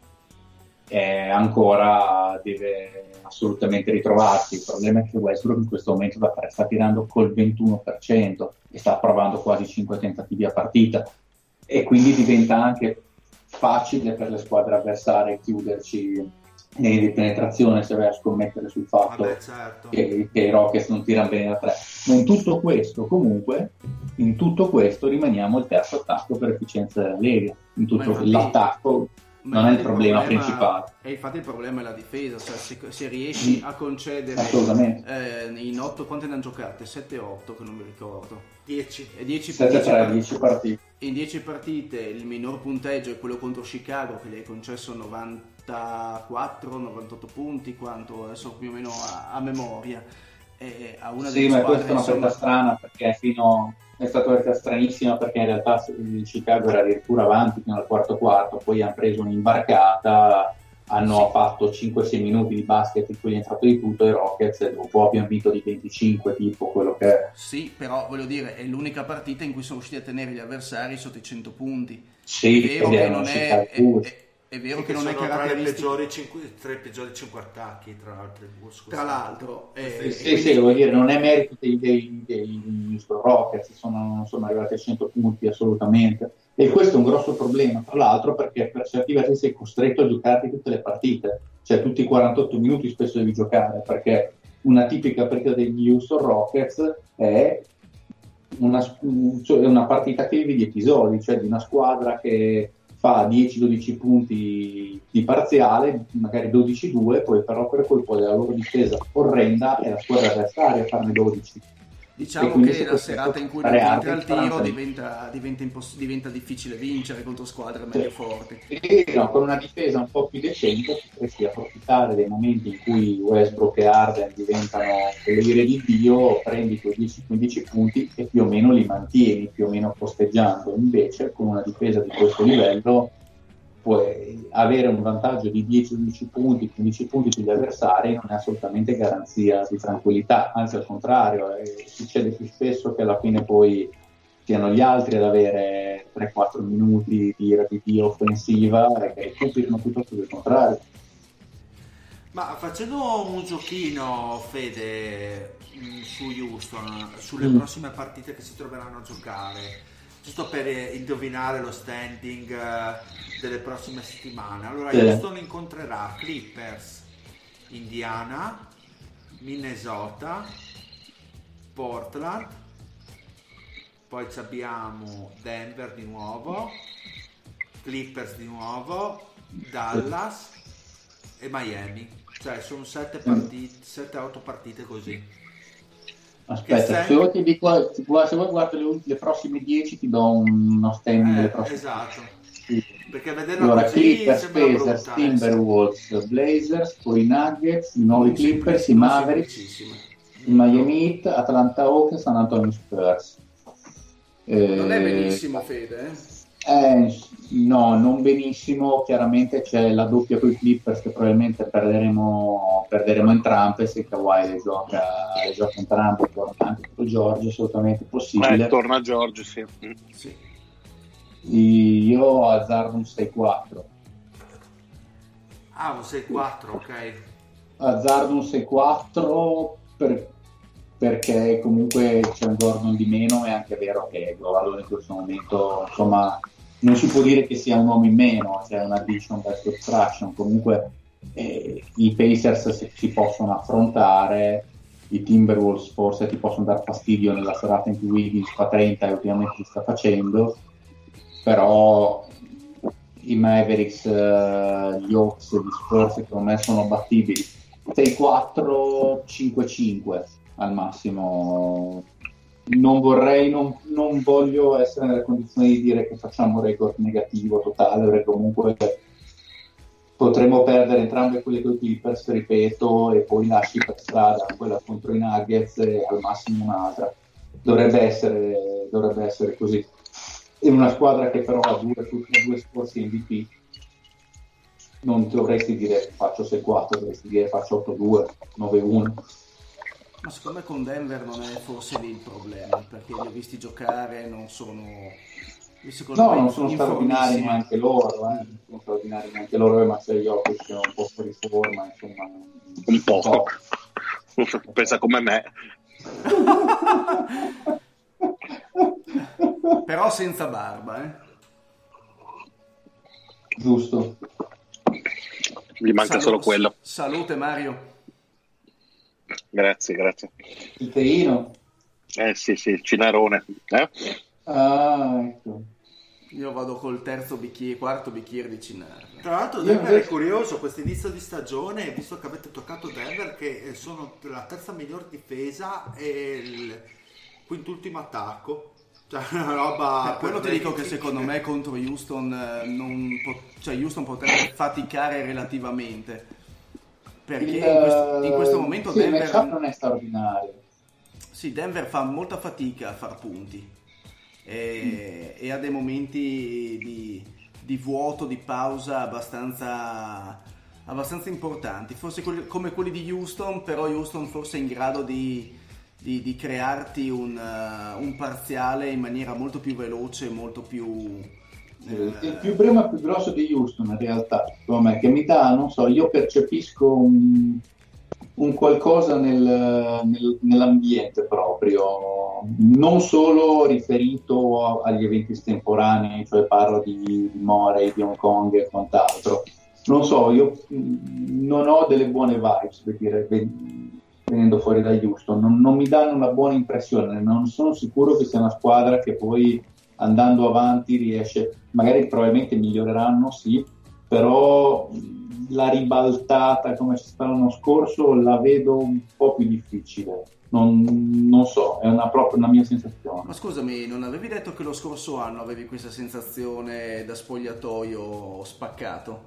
ancora deve assolutamente ritrovarsi. Il problema è che Westbrook in questo momento sta tirando col 21% e sta provando quasi 5 tentativi a partita, e quindi diventa anche facile per le squadre avversarie chiuderci di penetrazione se vai a scommettere sul fatto certo. che i Rockets non tirano bene da 3. Ma in tutto questo comunque rimaniamo il terzo attacco per efficienza della Lega, l'attacco non è il problema principale. E infatti il problema è la difesa, cioè se riesci a concedere in 8, quante ne hanno giocate? 7-8 che non mi ricordo. 10 partite. In 10 partite il minor punteggio è quello contro Chicago, che gli hai concesso 94-98 punti, quanto adesso più o meno a memoria. A una delle ma squadre, questa è una partita strana, perché è stata una partita stranissima, perché in realtà il Chicago era addirittura avanti fino al quarto, poi hanno preso un'imbarcata, hanno fatto 5-6 minuti di basket in cui è entrato di tutto i Rockets, e dopo abbiamo vinto di 25, tipo quello che è. Sì, però voglio dire, è l'unica partita in cui sono riusciti a tenere gli avversari sotto i 100 punti. Sì, è vero che non è vero che non è caratteristico. Tra i peggiori 5 attacchi, tra l'altro. Vuol dire, non è merito dei Houston Rockets, non sono arrivati a 100 punti assolutamente, e questo è un grosso problema, tra l'altro, perché per certi versi sei costretto a giocare tutte le partite, cioè tutti i 48 minuti spesso devi giocare, perché una tipica partita degli Houston Rockets è una partita che vive di episodi, cioè di una squadra che fa 10-12 punti di parziale, magari 12-2, poi però per colpo della loro difesa orrenda è la squadra avversaria a farne 12. Diciamo che la serata in cui non entra al tiro diventa difficile vincere contro squadre meglio forti. Con una difesa un po' più decente potresti approfittare dei momenti in cui Westbrook e Harden diventano delle ire di Dio, prendi quei 10-15 punti e più o meno li mantieni, più o meno posteggiando. Invece con una difesa di questo livello puoi avere un vantaggio di 10-12 punti, 15 punti sugli avversari, non è assolutamente garanzia di tranquillità, anzi al contrario, succede più spesso che alla fine poi siano gli altri ad avere 3-4 minuti di rapidità offensiva e che recuperino piuttosto che il contrario. Ma facendo un giochino, Fede, su Houston, sulle prossime partite che si troveranno a giocare, giusto per indovinare lo standing delle prossime settimane. Allora Houston incontrerà Clippers, Indiana, Minnesota, Portland, poi abbiamo Denver di nuovo, Clippers di nuovo, Dallas e Miami. Cioè sono 7-8 partite così. Aspetta, se vuoi guardo le prossime 10 ti do uno standing delle prossime. Esatto. Sì. Perché allora Clippers, Pacers, Timberwolves, Blazers, poi i Nuggets, i nuovi Clippers, i Mavericks, i Miami Heat, Atlanta Hawks e San Antonio Spurs. Non è benissimo, Fede, no, non benissimo. Chiaramente c'è la doppia con i Clippers che probabilmente perderemo entrambe, se Kawhi le gioca entrambe, torna anche con George, assolutamente possibile. Torna George, sì. Io azzardo un 6-4. Un 6-4, ok. Azzardo un 6-4 perché comunque c'è un Gordon di meno. È anche vero che Gordon in questo momento, insomma, non si può dire che sia un uomo in meno, c'è una addition per subtraction. Comunque i Pacers si possono affrontare, i Timberwolves forse ti possono dar fastidio nella serata in cui Wiggins fa 30 e ultimamente li sta facendo, però i Mavericks, gli Hawks, gli Spurs secondo me sono battibili 6-4, 5-5 al massimo. Non voglio essere nelle condizioni di dire che facciamo record negativo totale, perché comunque potremmo perdere entrambe quelle con i Clippers, ripeto, e poi lasci per strada quella contro i Nuggets e al massimo un'altra. Dovrebbe essere così. In una squadra che però ha due scorsi MVP, non dovresti dire faccio 6-4, dovresti dire faccio 8-2, 9-1. Ma secondo me con Denver non è forse lì il problema, perché li ho visti giocare, non sono... non sono straordinari neanche loro, ma se io sono un po' fuori forma, insomma. Un po'. Pensa come me. Però senza barba, Giusto. Gli manca solo quello. Salute Mario. Grazie. Il teino? Sì, il cinarone. Ah, ecco. Io vado col quarto bicchiere di cinare. Tra l'altro Denver è curioso, questo inizio di stagione, visto che avete toccato Denver, che sono la terza miglior difesa e il quintultimo attacco. Cioè una roba... Per quello ti dico che secondo me contro Houston Houston potrebbe faticare relativamente, perché in questo momento sì, Denver il matchup non è straordinario. Sì, Denver fa molta fatica a far punti e ha dei momenti di vuoto, di pausa abbastanza importanti, forse come quelli di Houston, però Houston forse è in grado di crearti un parziale in maniera molto più veloce, molto più... Il problema più grosso di Houston in realtà, secondo me, che mi dà, non so, io percepisco un qualcosa nell'ambiente proprio, non solo riferito agli eventi estemporanei, cioè parlo di Morey, di Hong Kong e quant'altro. Non so, io non ho delle buone vibes, per dire, venendo fuori da Houston, non mi danno una buona impressione, non sono sicuro che sia una squadra che poi andando avanti riesce, magari probabilmente miglioreranno, sì, però la ribaltata come c'è stato l'anno scorso la vedo un po' più difficile, non so, è proprio una mia sensazione. Ma scusami, non avevi detto che lo scorso anno avevi questa sensazione da spogliatoio spaccato?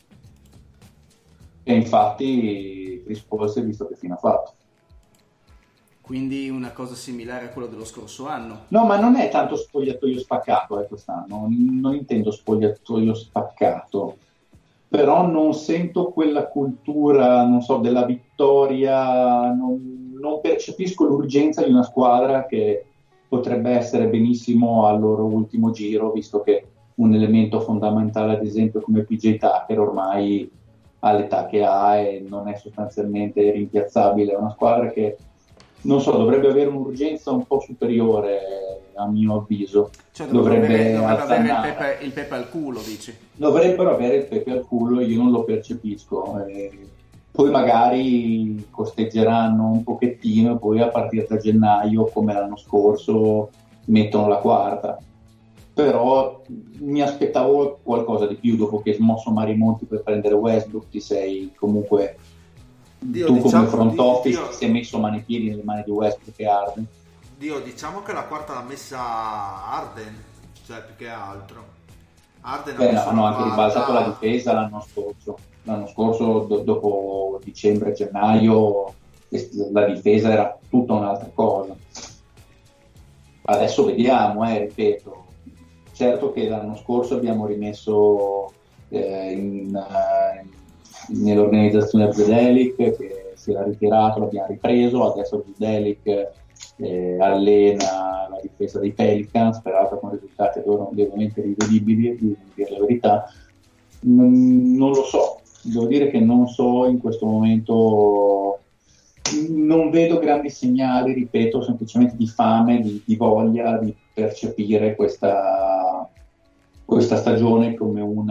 E infatti Chris Paul si è visto che fine ha fatto. Quindi una cosa similare a quello dello scorso anno? No, ma non è tanto spogliatoio spaccato quest'anno, non intendo spogliatoio spaccato, però non sento quella cultura, non so, della vittoria, non percepisco l'urgenza di una squadra che potrebbe essere benissimo al loro ultimo giro, visto che un elemento fondamentale, ad esempio, come PJ Tucker ormai all'età che ha e non è sostanzialmente rimpiazzabile, è una squadra che, non so, dovrebbe avere un'urgenza un po' superiore a mio avviso. Cioè dovrebbe avere il pepe al culo, dici? Dovrebbero avere il pepe al culo, io non lo percepisco. Poi magari costeggeranno un pochettino e poi a partire da gennaio, come l'anno scorso, mettono la quarta. Però mi aspettavo qualcosa di più dopo che hai smosso Mari Monti per prendere Westbrook, ti sei comunque... come front office si è messo mani e piedi nelle mani di Westbrook e Harden. Diciamo che la quarta l'ha messa Harden, cioè più che altro. Harden hanno anche ribaltato la difesa l'anno scorso dopo dicembre e gennaio la difesa era tutta un'altra cosa. Adesso vediamo, ripeto, certo che l'anno scorso abbiamo rimesso nell'organizzazione Zedelic, che si era ritirato, l'abbiamo ripreso, adesso Zedelic allena la difesa dei Pelicans, peraltro con risultati ovviamente rivedibili, a dire la verità. Non lo so, devo dire che non so in questo momento, non vedo grandi segnali, ripeto, semplicemente di fame, di voglia di percepire questa stagione come un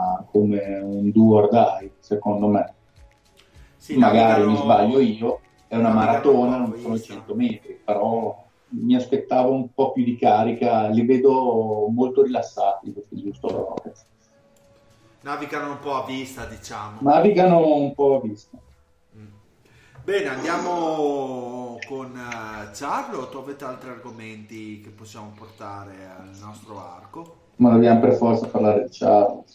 do or die, secondo me. Sì, magari mi sbaglio io è una maratona, non sono 100 metri, però mi aspettavo un po' più di carica, li vedo molto rilassati questi Houston Rockets. Navigano un po' a vista, diciamo. Navigano un po' a vista. Bene, andiamo con Charlotte. Avete altri argomenti che possiamo portare al nostro arco? Ma dobbiamo per forza parlare di Charlotte.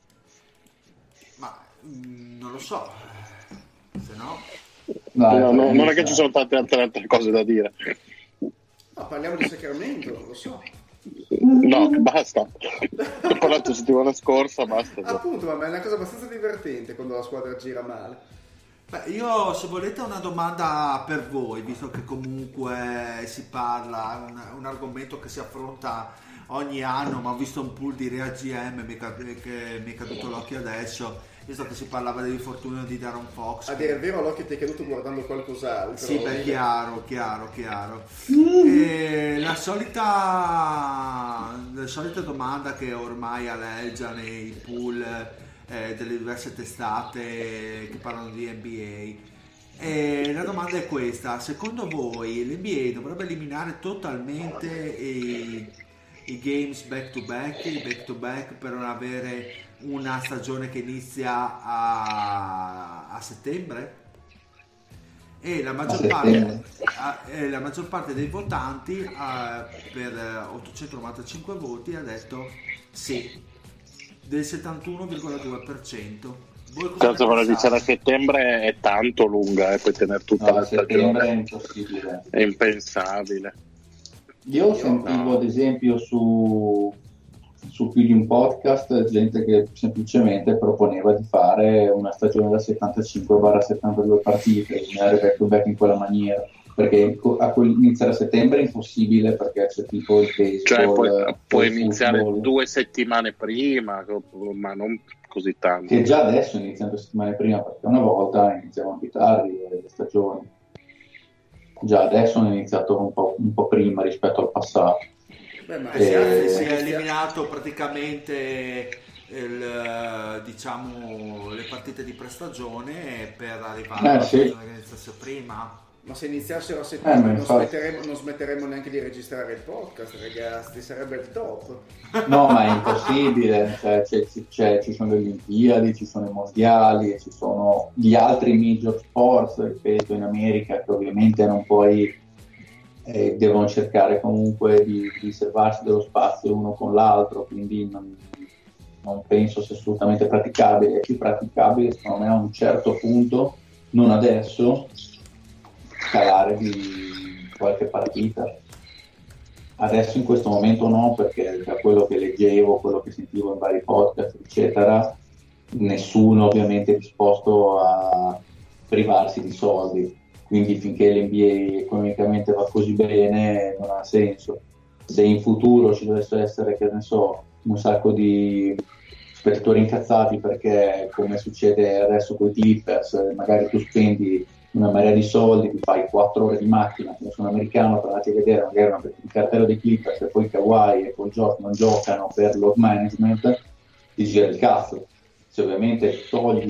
Ma non lo so, se no... non è che ci sono tante altre cose da dire. No, parliamo di Sacramento, non lo so. No, basta. Ho parlato la settimana scorsa, basta. Appunto, ma è una cosa abbastanza divertente quando la squadra gira male. Beh, io se volete ho una domanda per voi, visto che comunque si parla, è un argomento che si affronta ogni anno, ma ho visto un pool di ReaGM che mi è caduto l'occhio adesso, visto che si parlava dell'infortunio di Darren Fox. A dire il vero, l'occhio ti è caduto guardando qualcos'altro. Sì, beh, chiaro. E la solita domanda che ormai aleggia nei pool delle diverse testate che parlano di NBA. E la domanda è questa: secondo voi l'NBA dovrebbe eliminare totalmente i games back to back per non avere una stagione che inizia a settembre? E la maggior parte dei votanti per 895 voti ha detto sì, del 71,2%. Tanto vorrei dire, a settembre è tanto lunga, puoi tenere tutta la stagione. È impossibile. È impensabile. Io sentivo ad esempio su più di un podcast gente che semplicemente proponeva di fare una stagione da 75-72 partite, eliminare back to back in quella maniera, perché iniziare a settembre è impossibile perché c'è tipo il baseball, cioè puoi iniziare 2 settimane prima, ma non così tanto. Che già adesso iniziano 2 settimane prima, perché una volta iniziavano più tardi le stagioni. Già adesso hanno iniziato un po' prima rispetto al passato. Beh, ma si è eliminato praticamente diciamo le partite di prestagione per arrivare alla stagione che iniziasse prima. Ma se iniziassero a settembre non smetteremmo neanche di registrare il podcast, ragazzi, sarebbe il top. No, ma è impossibile, ci sono le Olimpiadi, ci sono i mondiali, ci sono gli altri major sports, ripeto, in America, che ovviamente non puoi, devono cercare comunque di riservarsi dello spazio uno con l'altro, quindi non penso sia assolutamente praticabile. È più praticabile, secondo me, a un certo punto, non adesso, calare di qualche partita. Adesso in questo momento no, perché da quello che leggevo, quello che sentivo in vari podcast eccetera, nessuno ovviamente è disposto a privarsi di soldi, quindi finché l'NBA economicamente va così bene non ha senso. Se in futuro ci dovesse essere, che ne so, un sacco di spettatori incazzati perché, come succede adesso con i Clippers, magari tu spendi una marea di soldi, ti fai 4 ore di macchina, se sono americano, per andare a vedere magari il cartello dei Clippers e poi Kawhi e Paul George non giocano per load management, ti gira il cazzo. Se ovviamente togli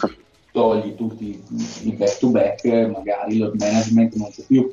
tutti i back to back, magari il load management non c'è più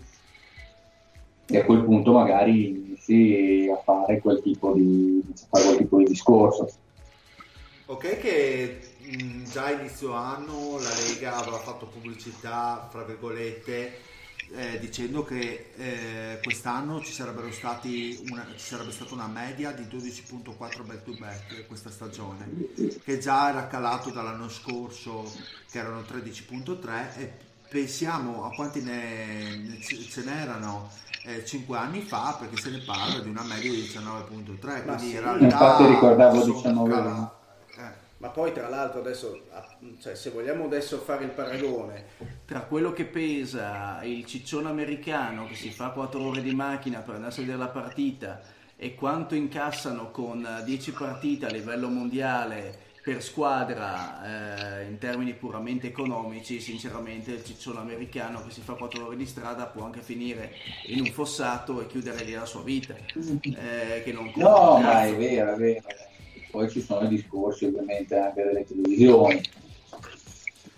e a quel punto magari inizi a fare quel tipo di discorso. Ok, che già a inizio anno la Lega aveva fatto pubblicità, fra virgolette, dicendo che quest'anno ci sarebbe stata una media di 12.4 back to back questa stagione, che già era calato dall'anno scorso che erano 13.3, e pensiamo a quanti ce n'erano 5 anni fa, perché se ne parla di una media di 19.3, quindi sì, in realtà infatti ricordavo 19. Ma poi tra l'altro adesso, cioè, se vogliamo adesso fare il paragone tra quello che pesa il ciccione americano che si fa 4 ore di macchina per andare a vedere la partita e quanto incassano con 10 partite a livello mondiale per squadra, in termini puramente economici, sinceramente il ciccione americano che si fa 4 ore di strada può anche finire in un fossato e chiudere lì la sua vita, che non no, ma è vero, è vero. Poi ci sono i discorsi ovviamente anche delle televisioni.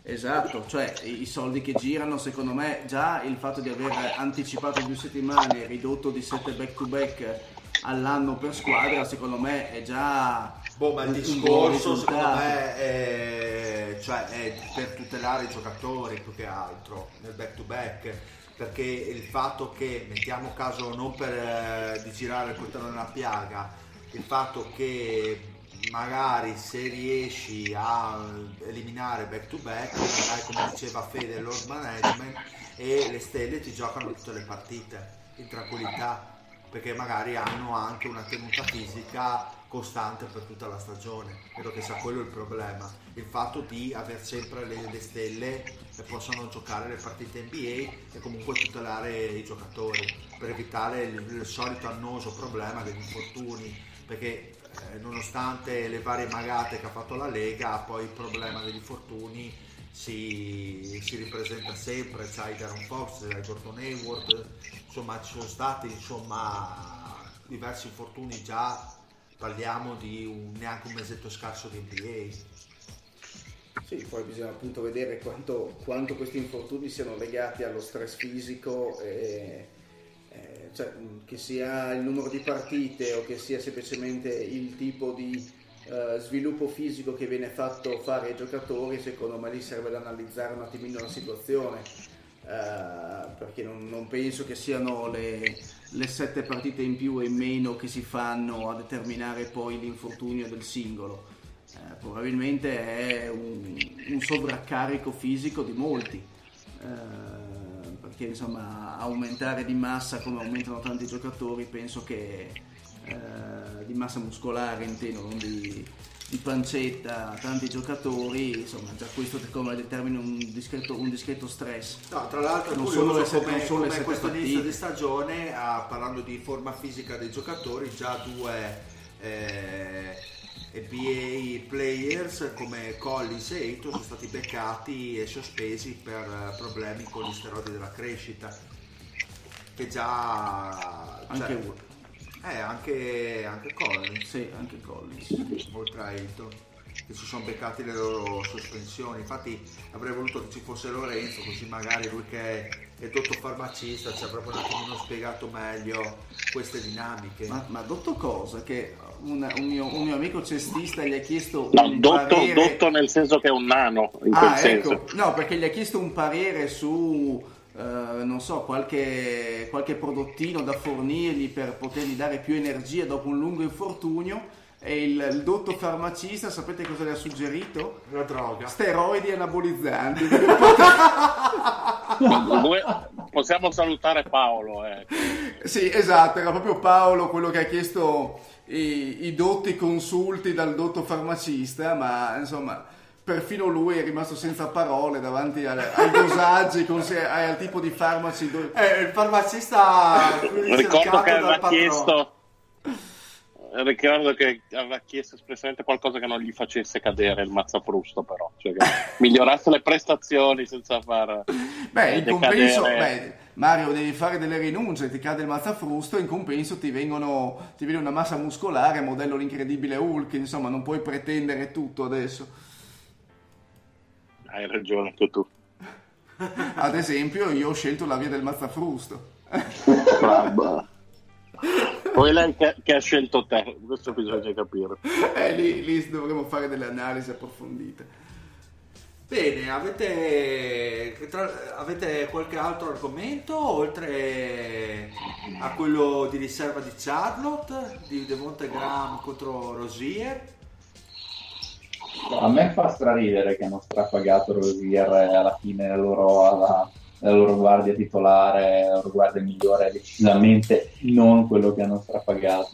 Esatto, cioè i soldi che girano, secondo me già il fatto di aver anticipato 2 settimane, ridotto di 7 back to back all'anno per squadra, secondo me è già ma il discorso secondo me è per tutelare i giocatori più che altro nel back to back, perché il fatto che, mettiamo caso non per di girare il coltello nella piaga, il fatto che magari se riesci a eliminare back to back, magari come diceva Fede, il load management, e le stelle ti giocano tutte le partite in tranquillità, perché magari hanno anche una tenuta fisica costante per tutta la stagione. Credo che sia quello il problema, il fatto di aver sempre le stelle che possono giocare le partite NBA e comunque tutelare i giocatori per evitare il solito annoso problema degli infortuni, perché nonostante le varie magate che ha fatto la Lega, poi il problema degli infortuni si ripresenta sempre. C'hai Darren Fox, c'hai Gordon Hayward, insomma ci sono stati diversi infortuni, già parliamo di neanche un mesetto scarso di NBA. Sì, poi bisogna appunto vedere quanto questi infortuni siano legati allo stress fisico, cioè, che sia il numero di partite o che sia semplicemente il tipo di sviluppo fisico che viene fatto fare ai giocatori. Secondo me lì serve da analizzare un attimino la situazione, perché non penso che siano le 7 partite in più e in meno che si fanno a determinare poi l'infortunio del singolo. Probabilmente è un sovraccarico fisico di molti, perché insomma aumentare di massa come aumentano tanti giocatori, penso che di massa muscolare intendo, non di pancetta, tanti giocatori, insomma già questo come determina un discreto stress. No, tra l'altro non curioso solo come questo inizio di stagione, parlando di forma fisica dei giocatori, già 2 NBA players come Collins e Ayton sono stati beccati e sospesi per problemi con gli steroidi della crescita, che già anche Collins, sì, anche Collins, oltre a Ayton, che si sono beccati le loro sospensioni. Infatti avrei voluto che ci fosse Lorenzo, così magari lui che è dottor farmacista ci avrebbe un attimino spiegato meglio queste dinamiche. Ma dotto cosa? Che un mio amico cestista gli ha chiesto un parere... dotto nel senso che è un nano, in quel senso. Ecco. No, perché gli ha chiesto un parere su non so, qualche prodottino da fornirgli per potergli dare più energia dopo un lungo infortunio, e il dotto farmacista, sapete cosa le ha suggerito? La droga. Steroidi anabolizzanti. Possiamo salutare Paolo. Sì, esatto, era proprio Paolo quello che ha chiesto i dotti consulti dal dotto farmacista, ma insomma perfino lui è rimasto senza parole davanti ai dosaggi, al tipo di farmaci. Il farmacista ricordo che aveva chiesto espressamente qualcosa che non gli facesse cadere il mazzafrusto, però, cioè che migliorasse le prestazioni senza far in compenso, Mario, devi fare delle rinunce, ti cade il mazzafrusto, in compenso ti viene una massa muscolare modello l'incredibile Hulk, insomma non puoi pretendere tutto adesso. Hai ragione anche tu. Ad esempio io ho scelto la via del mazzafrusto. Poi lei che ha scelto te, questo bisogna capire. Lì dovremo fare delle analisi approfondite. Bene, avete qualche altro argomento oltre a quello di riserva di Charlotte, di Devonte Graham contro Rozier? A me fa straridere che hanno strapagato Rozier alla fine la loro guardia titolare, la loro guardia migliore, decisamente non quello che hanno strapagato.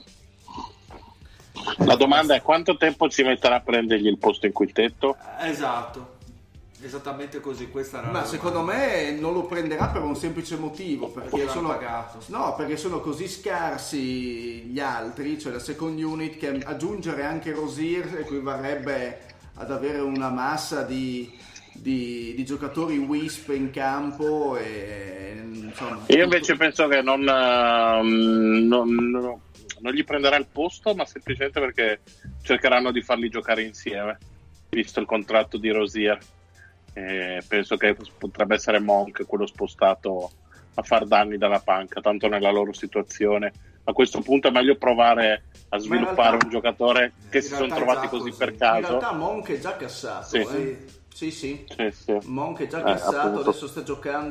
La domanda è: quanto tempo ci metterà a prendergli il posto in quintetto? Esatto, esattamente così. Questa era ma secondo me non lo prenderà per un semplice motivo, perché perché sono così scarsi gli altri, cioè la second unit, che aggiungere anche Rozier equivarrebbe ad avere una massa di giocatori wisp in campo, e insomma, io invece penso che non gli prenderà il posto, ma semplicemente perché cercheranno di farli giocare insieme, visto il contratto di Rozier. Penso che potrebbe essere Monk quello spostato a far danni dalla panca, tanto nella loro situazione a questo punto è meglio provare a sviluppare un giocatore che si sono trovati così per caso. In realtà Monk è già cassato, sì. Sì. Monk è già cassato, appunto. Adesso sta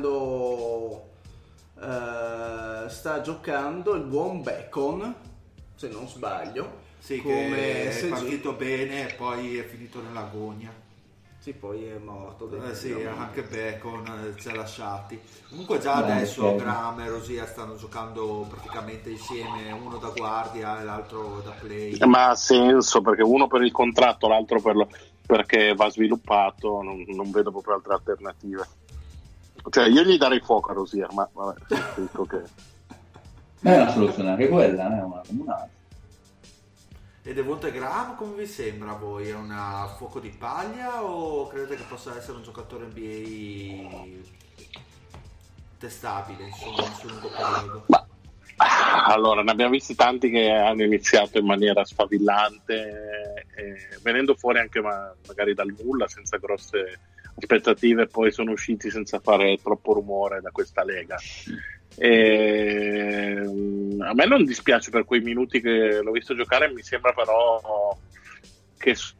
giocando il buon Bacon, se non sbaglio. Sì, come che è SG. partito bene e poi è finito nell'agonia. Sì, poi è morto. Sì, anche Bacon ci ha lasciati. Comunque già adesso Graham e Rosier stanno giocando praticamente insieme, uno da guardia e l'altro da play. Ma ha senso, perché uno per il contratto, l'altro perché va sviluppato, non vedo proprio altre alternative. Cioè io gli darei fuoco a Rosier, ma vabbè, dico che... È una soluzione anche quella, è una comunale. E Devonte Graham come vi sembra a voi? È un fuoco di paglia o credete che possa essere un giocatore NBA testabile, insomma, sul lungo periodo? Allora, ne abbiamo visti tanti che hanno iniziato in maniera sfavillante, venendo fuori anche magari dal nulla, senza grosse aspettative, poi sono usciti senza fare troppo rumore da questa lega. A me non dispiace per quei minuti che l'ho visto giocare, mi sembra però che sul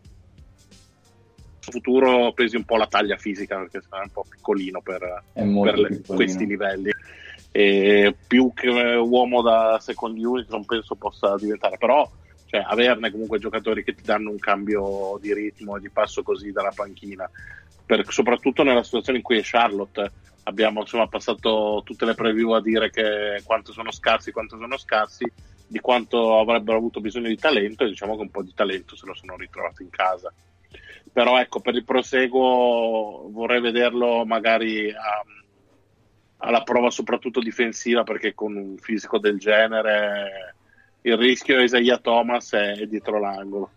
futuro pesi un po' la taglia fisica, perché sarà un po' piccolino per questi livelli, e più che uomo da second unit non penso possa diventare, però cioè, averne comunque giocatori che ti danno un cambio di ritmo e di passo così dalla panchina, soprattutto nella situazione in cui è Charlotte. Abbiamo insomma passato tutte le preview a dire che quanto sono scarsi, di quanto avrebbero avuto bisogno di talento, e diciamo che un po' di talento se lo sono ritrovato in casa. Però ecco, per il proseguo vorrei vederlo magari alla prova soprattutto difensiva, perché con un fisico del genere il rischio Isaiah Thomas è dietro l'angolo.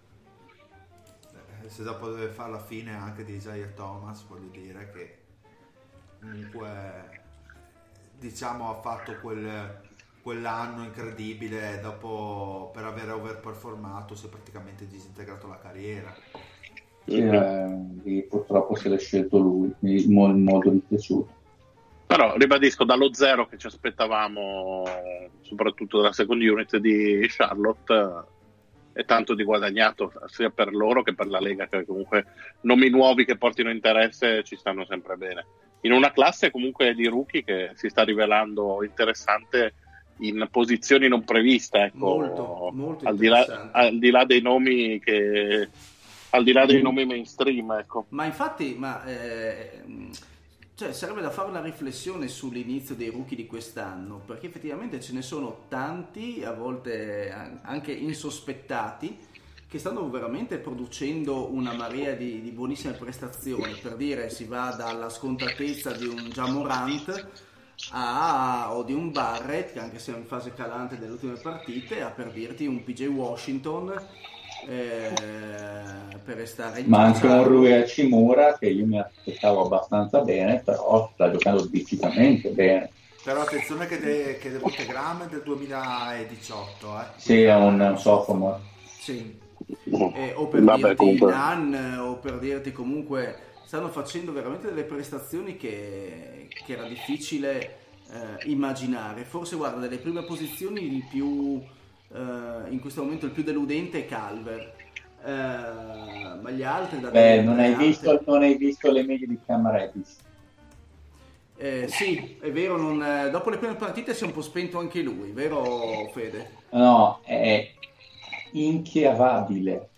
Se dopo deve fare la fine anche di Isaiah Thomas, voglio dire che comunque diciamo ha fatto quell'anno incredibile, dopo per aver overperformato si è praticamente disintegrato la carriera. Purtroppo se l'ha scelto lui, molto dispiaciuto. Però ribadisco, dallo zero che ci aspettavamo soprattutto dalla second unit di Charlotte è tanto di guadagnato sia per loro che per la Lega, che comunque nomi nuovi che portino interesse ci stanno sempre bene in una classe comunque di rookie che si sta rivelando interessante in posizioni non previste, ecco, molto al di là dei nomi dei nomi mainstream, ecco. Ma infatti cioè, sarebbe da fare una riflessione sull'inizio dei rookie di quest'anno, perché effettivamente ce ne sono tanti, a volte anche insospettati, che stanno veramente producendo una marea di buonissime prestazioni. Per dire, si va dalla scontatezza di un Ja Morant o di un Barrett, che anche se è in fase calante delle ultime partite, a per dirti un PJ Washington, per restare in ma anche un Rui Hachimura che io mi aspettavo abbastanza bene, però sta giocando decisamente bene. Però attenzione che Devonte Graham è del 2018 sì, è un sophomore, sì. O per dirti Nan, o per dirti comunque stanno facendo veramente delle prestazioni che era difficile immaginare. Forse guarda, delle prime posizioni il più in questo momento il più deludente è Calver, ma gli altri non hai visto le medie di Cam Reddish? Sì, è vero, dopo le prime partite si è un po' spento anche lui, vero Fede? No, è inchiavabile.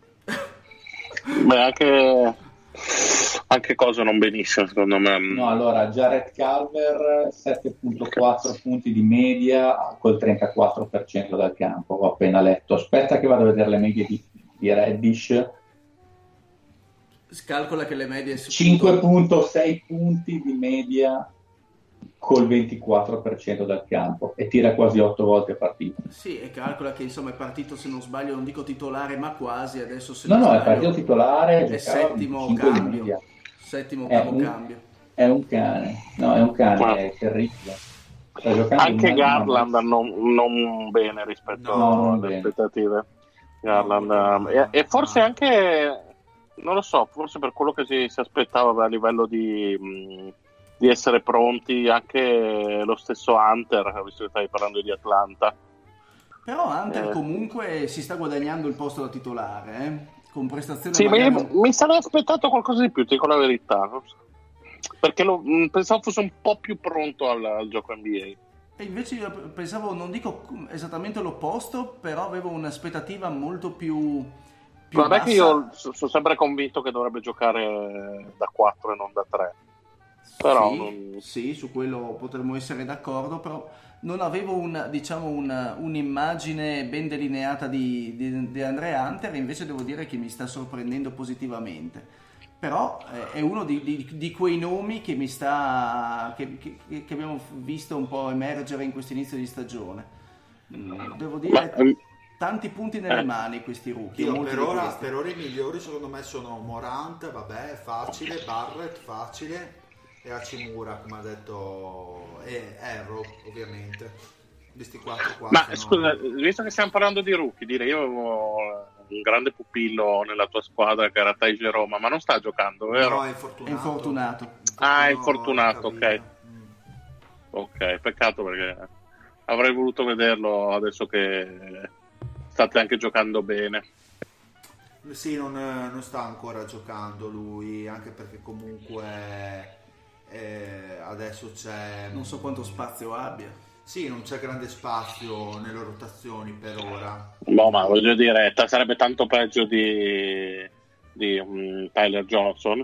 Beh, anche cosa non benissimo secondo me. No, allora Jared Culver 7.4 punti di media col 34% dal campo, ho appena letto. Aspetta che vado a vedere le medie di Reddish. Calcola che le medie 5.6 punti di media col 24% dal campo e tira quasi 8 volte a partita. Sì, e calcola che insomma è partito, se non sbaglio, non dico titolare ma quasi, adesso se no, è partito titolare, è settimo cambio. Cambio. È un cane, è terribile. Sta giocando anche Garland non bene rispetto alle aspettative. Garland e forse anche non lo so, forse per quello che si aspettava a livello di essere pronti, anche lo stesso Hunter, visto che stavi parlando di Atlanta. Però Hunter comunque si sta guadagnando il posto da titolare, con prestazioni sì, magari... ma mi sarei aspettato qualcosa di più, ti dico la verità, perché pensavo fosse un po' più pronto al gioco NBA. E invece io pensavo, non dico esattamente l'opposto, però avevo un'aspettativa molto più Vabbè, bassa. che io sono sempre convinto che dovrebbe giocare da 4 e non da 3. Però sì, su quello potremmo essere d'accordo, però non avevo un'immagine ben delineata di Andre Hunter, e invece devo dire che mi sta sorprendendo positivamente. Però è uno di quei nomi che che abbiamo visto un po' emergere in questo inizio di stagione. Devo dire, tanti punti nelle mani questi rookie. Per ora i migliori secondo me sono Morant, vabbè, facile, Barrett, facile, e Hachimura, come ha detto, e Arrow, ovviamente. Questi 4 qua. Ma scusa, visto che stiamo parlando di rookie, direi io avevo un grande pupillo nella tua squadra che era Tai Jerome, ma non sta giocando, vero? No, è infortunato. Ah, è infortunato, ok. Ok, peccato, perché avrei voluto vederlo adesso che state anche giocando bene. Sì, non sta ancora giocando lui, anche perché comunque adesso c'è... Non so quanto spazio abbia. Sì, non c'è grande spazio nelle rotazioni per ora. No, ma voglio dire, sarebbe tanto peggio di Tyler Johnson.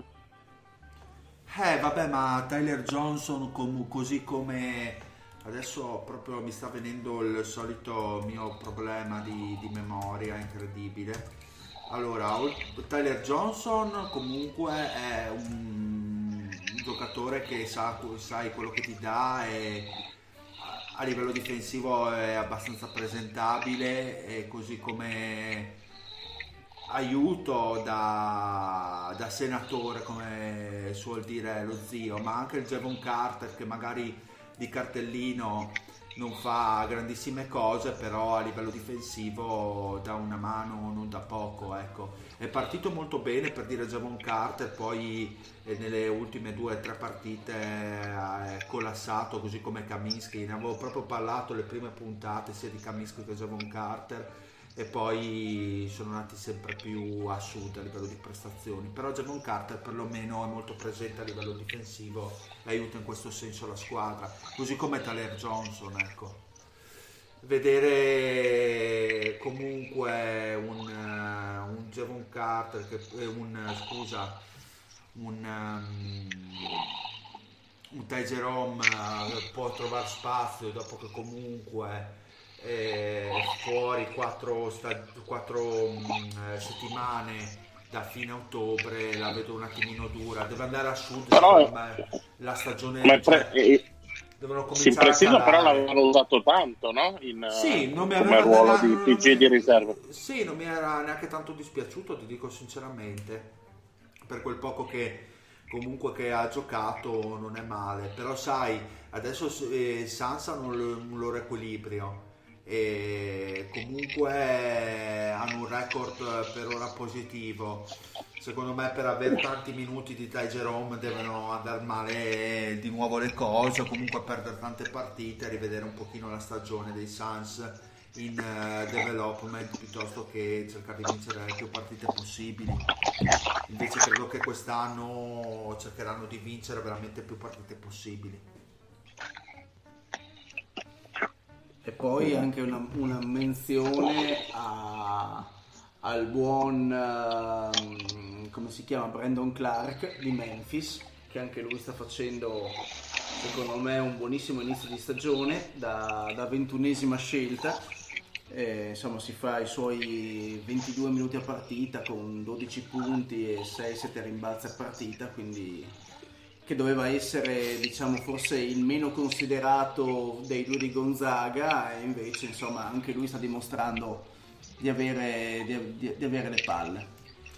Vabbè, ma Tyler Johnson così come... Adesso proprio mi sta venendo il solito mio problema di memoria incredibile. Allora, Tyler Johnson comunque è un giocatore che sai quello che ti dà, e a livello difensivo è abbastanza presentabile, e così come aiuto da senatore, come suol dire lo zio, ma anche il Javon Carter, che magari di cartellino non fa grandissime cose, però a livello difensivo dà una mano non da poco, ecco. È partito molto bene, per dire, Javon Carter, poi nelle ultime 2 o 3 partite è collassato, così come Kaminsky. Ne avevo proprio parlato le prime puntate sia di Kaminsky che Javon Carter, e poi sono andati sempre più a sud a livello di prestazioni. Però Javon Carter perlomeno è molto presente a livello difensivo e aiuta in questo senso la squadra, così come Tyler Johnson, ecco. Vedere comunque un Javon Carter un Tai Jerome può trovare spazio dopo che comunque fuori 4 settimane da fine ottobre, la vedo un attimino dura, deve andare a sud, però secondo me la stagione devono cominciare in preciso, a però l'avevano usato tanto, no? Sì, non mi come aveva ruolo di PG di riserva. Sì, non mi era neanche tanto dispiaciuto, ti dico sinceramente, per quel poco che comunque che ha giocato non è male. Però sai, adesso Suns hanno un loro equilibrio e comunque hanno un record per ora positivo. Secondo me per avere tanti minuti di Tai Jerome devono andare male di nuovo le cose, o comunque perdere tante partite, rivedere un pochino la stagione dei Suns in development, piuttosto che cercare di vincere le più partite possibili. Invece credo che quest'anno cercheranno di vincere veramente più partite possibili. E poi anche una menzione al buon come si chiama, Brandon Clark di Memphis, che anche lui sta facendo secondo me un buonissimo inizio di stagione da 21esima scelta. Insomma, si fa i suoi 22 minuti a partita con 12 punti e 6-7 rimbalzi a partita, quindi che doveva essere, diciamo, forse il meno considerato dei due di Gonzaga, e invece insomma anche lui sta dimostrando di avere le palle.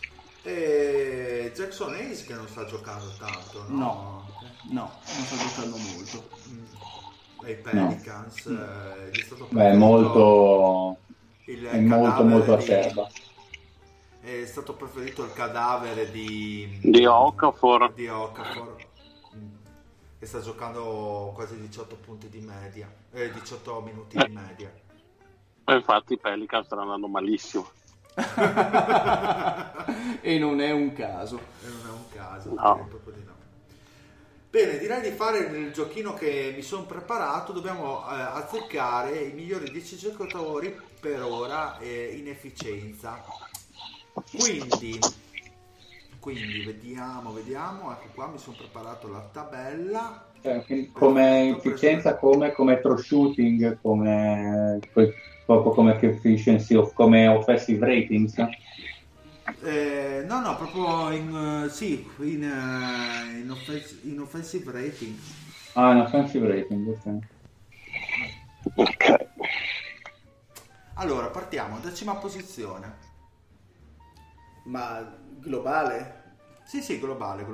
E Jackson Hayes che non sta giocando tanto, no? No, non sta giocando molto. I Pelicans gli è stato molto acerba. è stato preferito il cadavere di Okafor, che sta giocando quasi 18 punti di media, 18 minuti di media. Infatti i Pelicans stanno andando malissimo. E non è un caso. No. Proprio di no. Bene, direi di fare il giochino che mi sono preparato. Dobbiamo azzeccare i migliori 10 giocatori per ora in efficienza. Quindi vediamo, ecco qua mi sono preparato la tabella. Come efficienza, come throw shooting, proprio come efficiency, come offensive ratings. No, proprio in offensive rating. In offensive rating, Ok. Allora, partiamo, 10ª posizione. Ma globale? Sì, globale.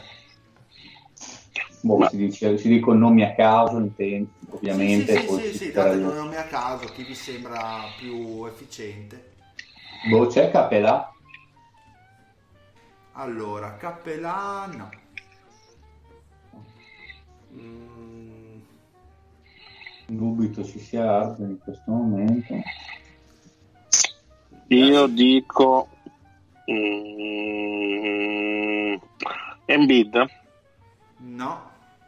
Si dicono nomi a caso, intenti, ovviamente. Sì, date nomi a caso, chi vi sembra più efficiente. C'è Capelà? Allora, Capelà no. Dubito ci sia Harden in questo momento. Io dico Embiid. No.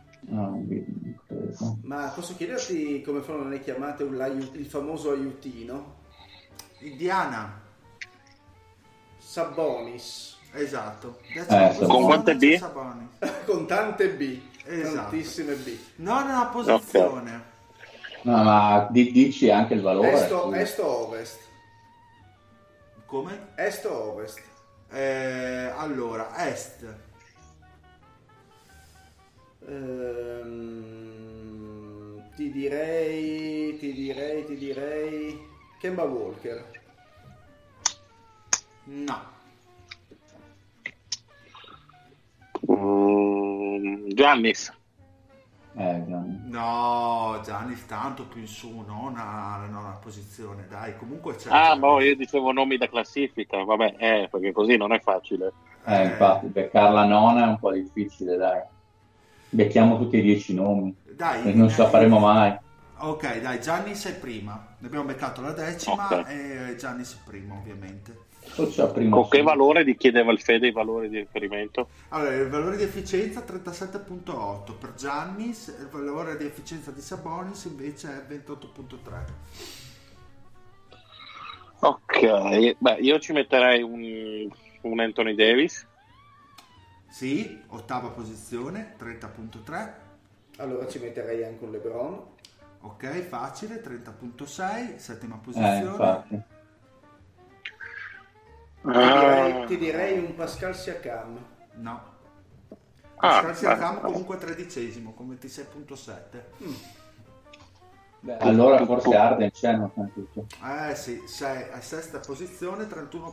Ma posso chiederti come fanno le chiamate il famoso aiutino? Indiana. Sabonis. Esatto. Con quante B? Con tante B. Esatto. Tantissime B. Nona posizione. Okay. No, ma dici anche il valore. Est o ovest? Come? Est o ovest? Allora, est. Ti direi Kemba Walker. No. Giannis. No, Giannis tanto più in su, non alla nona posizione, dai, comunque c'è. Io dicevo nomi da classifica, vabbè, perché così non è facile. Infatti, beccarla nona è un po' difficile, dai. Becchiamo tutti e 10 nomi. Dai, e non ce la faremo mai. Ok, dai, Giannis è prima. Ne abbiamo beccato la 10ª e Giannis è prima, ovviamente. Con che valore ti chiedeva il Fede i valori di riferimento? Allora, il valore di efficienza 37.8 per Giannis, il valore di efficienza di Sabonis invece è 28.3. Ok, io ci metterei un Anthony Davis. Sì, 8ª posizione, 30.3. Allora ci metterei anche un LeBron. Ok, facile, 30.6, 7ª posizione. Ti direi un Pascal Siakam. No. Pascal Siakam comunque 13esimo con 26.7. Allora forse Harden c'è, non fa tutto. Sì, sei a 6ª posizione,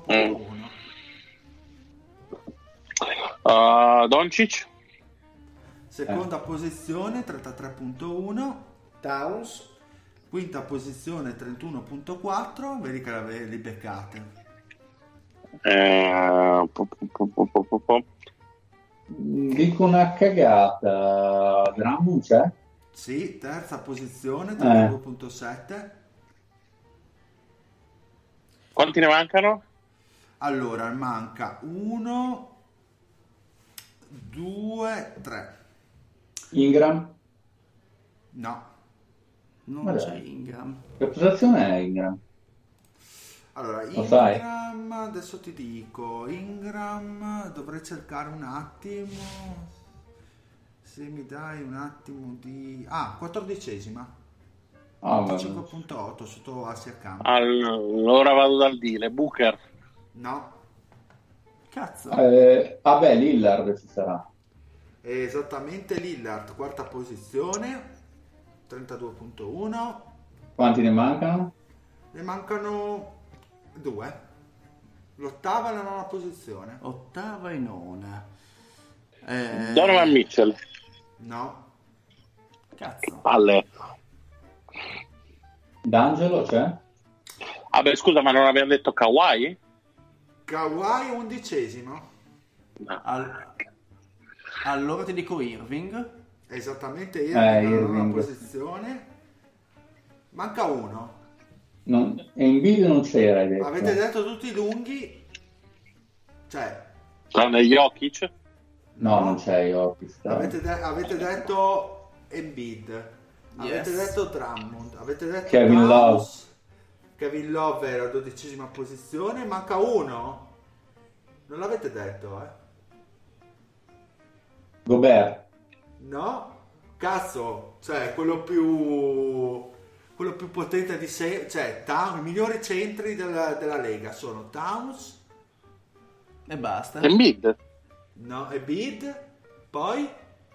31.1. Doncic. Seconda posizione, 33.1. Towns. 5ª posizione, 31.4. Vedi che li beccate. Dico una cagata. Drummond c'è? Sì, 3ª posizione, 32.7. Quanti ne mancano? Allora, manca 1, 2, 3. Ingram? No. Non c'è Ingram. Che posizione è Ingram? Allora, Lo sai? Ingram, adesso ti dico, Ingram dovrei cercare un attimo, se mi dai un attimo di... 14esima, 5.8 sotto Asia Camp. Allora vado dal dire, Booker. No. Cazzo. Lillard ci sarà. Esattamente, Lillard, 4ª posizione, 32.1. Quanti ne mancano? Ne mancano 2. L'8ª e la 9ª posizione. 8ª e 9ª. Donovan Mitchell. No. Cazzo. Palle. D'Angelo c'è? Scusa, ma non abbiamo detto Kawhi? Kawhi 11º. No. Allora ti dico Irving. Esattamente, Irving nella nona Irving. posizione. Manca uno. E in video non c'era, hai detto. Avete detto tutti lunghi? Cioè, Tranne Jokic? No, non c'è Jokic. avete detto Embiid. Avete Yes. detto Drummond. Avete detto Kevin Towns. Kevin Love era 12ª posizione. Manca uno. Non l'avete detto, Gobert. No? Cazzo, cioè quello più potente di sé, cioè i migliori centri della Lega sono Towns, E basta. Embiid? no, e Bid, poi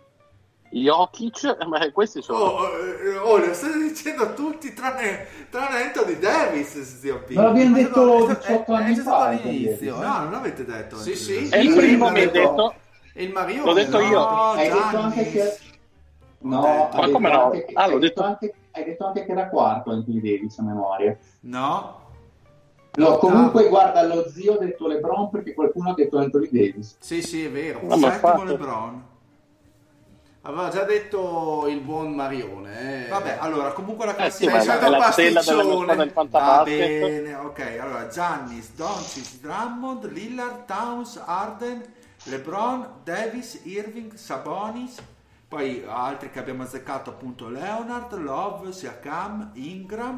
Jokic? Ma questi sono... le state dicendo tutti tranne Anthony Davis, zio Bid. Ma l'abbiamo detto È 18 anni già fa. stato all'inizio. No, non l'avete detto. Sì, Anthony sì. Davis. E il Io primo l'ho mi ha detto... E il Marione. L'ho detto no? io. Hai detto Giannis. anche che... No, detto- Ma come no? Ah, l'ho hai detto... hai detto anche che era quarto Anthony Davis a memoria. No. No, comunque guarda, lo zio ha detto LeBron perché qualcuno ha detto Anthony Davis. Sì, sì, è vero. No, ma Settimo infatti- LeBron. Aveva già detto il buon Marione. Vabbè, allora comunque la sì, classifica ma Sei è stato la stella della pasticcione. nostra del va fantabasket. bene, ok, allora Giannis, Doncic, Drummond, Lillard, Towns, Harden, LeBron, Davis, Irving, Sabonis, poi altri che abbiamo azzeccato appunto Leonard, Love, Siakam, Ingram,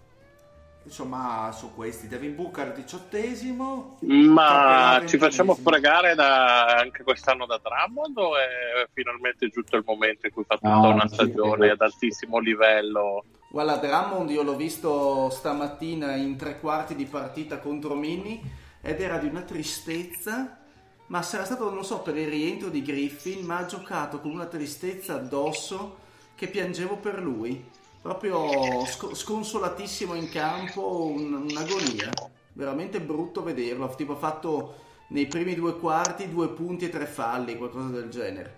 insomma su questi Devin Booker 18esimo. Ma ci facciamo 21esimo. fregare anche quest'anno da Drummond o è finalmente giunto il momento in cui fa tutta No, una non ci stagione credo. ad altissimo livello? Guarda, Drummond io l'ho visto stamattina in 3/4 di partita contro Mini ed era di una tristezza, ma sarà stato, non so, per il rientro di Griffin, ma ha giocato con una tristezza addosso che piangevo per lui. Proprio sconsolatissimo in campo, un'agonia. Veramente brutto vederlo. Tipo ha fatto nei primi 2/4 2 punti e 3 falli, qualcosa del genere.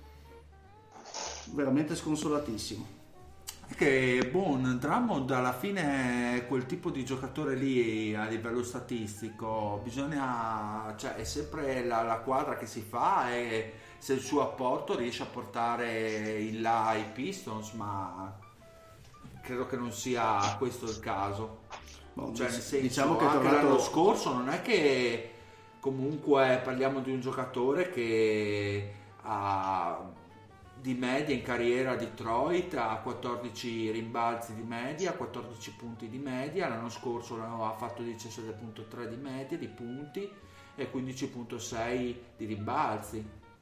Veramente sconsolatissimo. Che Drummond alla fine è quel tipo di giocatore lì a livello statistico, bisogna, cioè è sempre la quadra che si fa e se il suo apporto riesce a portare in là i Pistons, ma credo che non sia questo il caso. Cioè nel senso, diciamo che è anche tornato l'anno scorso non è che comunque parliamo di un giocatore che ha di media in carriera a Detroit, ha 14 rimbalzi di media, 14 punti di media, l'anno scorso ha fatto 17.3 di media di punti e 15.6 di rimbalzi,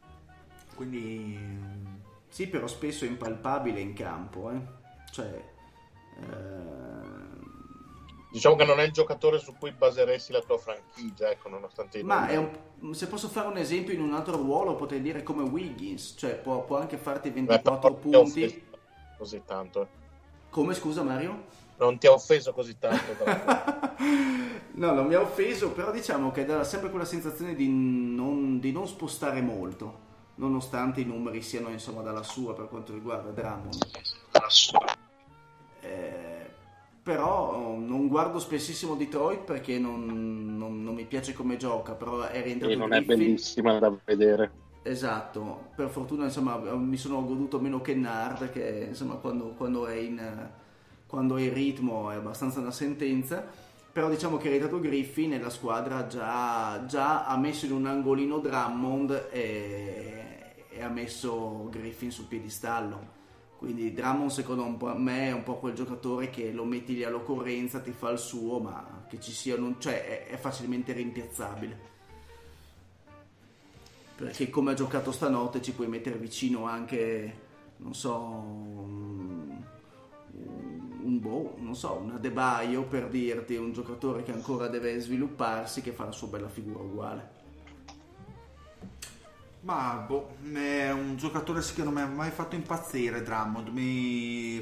quindi sì, però spesso è impalpabile in campo, cioè Diciamo che non è il giocatore su cui baseresti la tua franchigia, ecco, nonostante i ma numeri. se posso fare un esempio in un altro ruolo potrei dire come Wiggins, cioè può anche farti 24 Beh, non ti ha punti. offeso così tanto. Come, scusa Mario? Non ti ha offeso così tanto. No, non mi ha offeso, però diciamo che dà sempre quella sensazione di non spostare molto, nonostante i numeri siano insomma dalla sua per quanto riguarda Drummond. Però non guardo spessissimo Detroit perché non mi piace come gioca, però è rientrato E non è Griffin. bellissima da vedere. Esatto, per fortuna insomma mi sono goduto meno Kennard che insomma quando è in ritmo è abbastanza una sentenza, però diciamo che è rientrato Griffin e la squadra già ha messo in un angolino Drummond e ha messo Griffin sul piedistallo. Quindi Drummond secondo me è un po' quel giocatore che lo metti lì all'occorrenza, ti fa il suo, ma che ci sia, cioè è facilmente rimpiazzabile. Perché come ha giocato stanotte ci puoi mettere vicino anche, non so, un Adebayo, per dirti, un giocatore che ancora deve svilupparsi, che fa la sua bella figura uguale. ma è un giocatore che non mi ha mai fatto impazzire Drummond, mi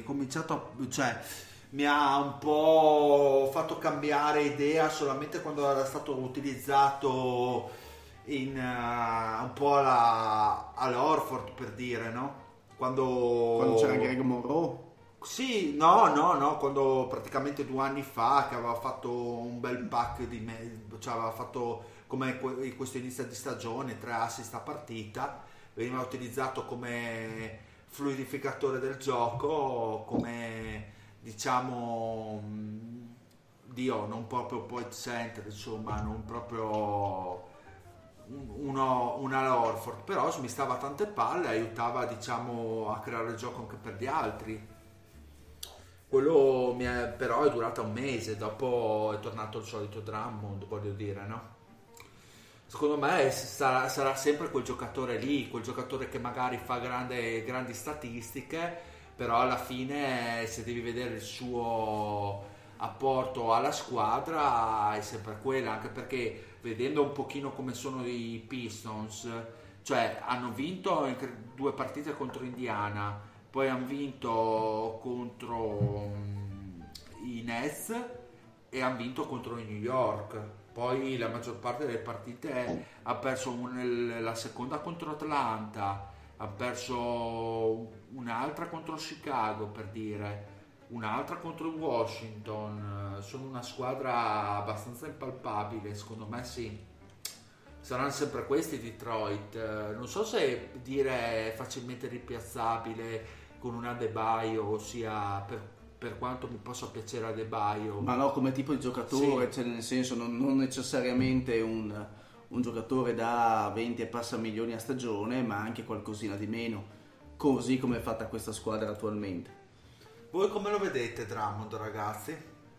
ha un po' fatto cambiare idea solamente quando era stato utilizzato un po' all'Horford, per dire, no? Quando Quando c'era Greg Monroe. Sì, no, quando praticamente 2 anni fa che aveva fatto un bel pack cioè aveva fatto come questo inizio di stagione, 3 assist a partita, veniva utilizzato come fluidificatore del gioco, come diciamo, non proprio point center, insomma, non proprio una Horford, però mi stava tante palle, aiutava diciamo a creare il gioco anche per gli altri. Quello però è durata un mese, dopo è tornato il solito Drummond, voglio dire, no? Secondo me sarà sempre quel giocatore lì, quel giocatore che magari fa grandi statistiche, però alla fine se devi vedere il suo apporto alla squadra è sempre quella, anche perché vedendo un pochino come sono i Pistons, cioè hanno vinto 2 partite contro Indiana, poi hanno vinto contro i Nets e hanno vinto contro i New York. Poi la maggior parte delle partite ha perso la seconda contro Atlanta, ha perso un'altra contro Chicago, per dire, un'altra contro il Washington. Sono una squadra abbastanza impalpabile, secondo me sì. Saranno sempre questi Detroit. Non so se dire facilmente ripiazzabile con un Adebayo, ossia per quanto mi possa piacere Adebayo. Ma no, come tipo di giocatore, sì. cioè nel senso non necessariamente un giocatore da 20 e passa milioni a stagione, ma anche qualcosina di meno, così come è fatta questa squadra attualmente. Voi come lo vedete Drummond, ragazzi?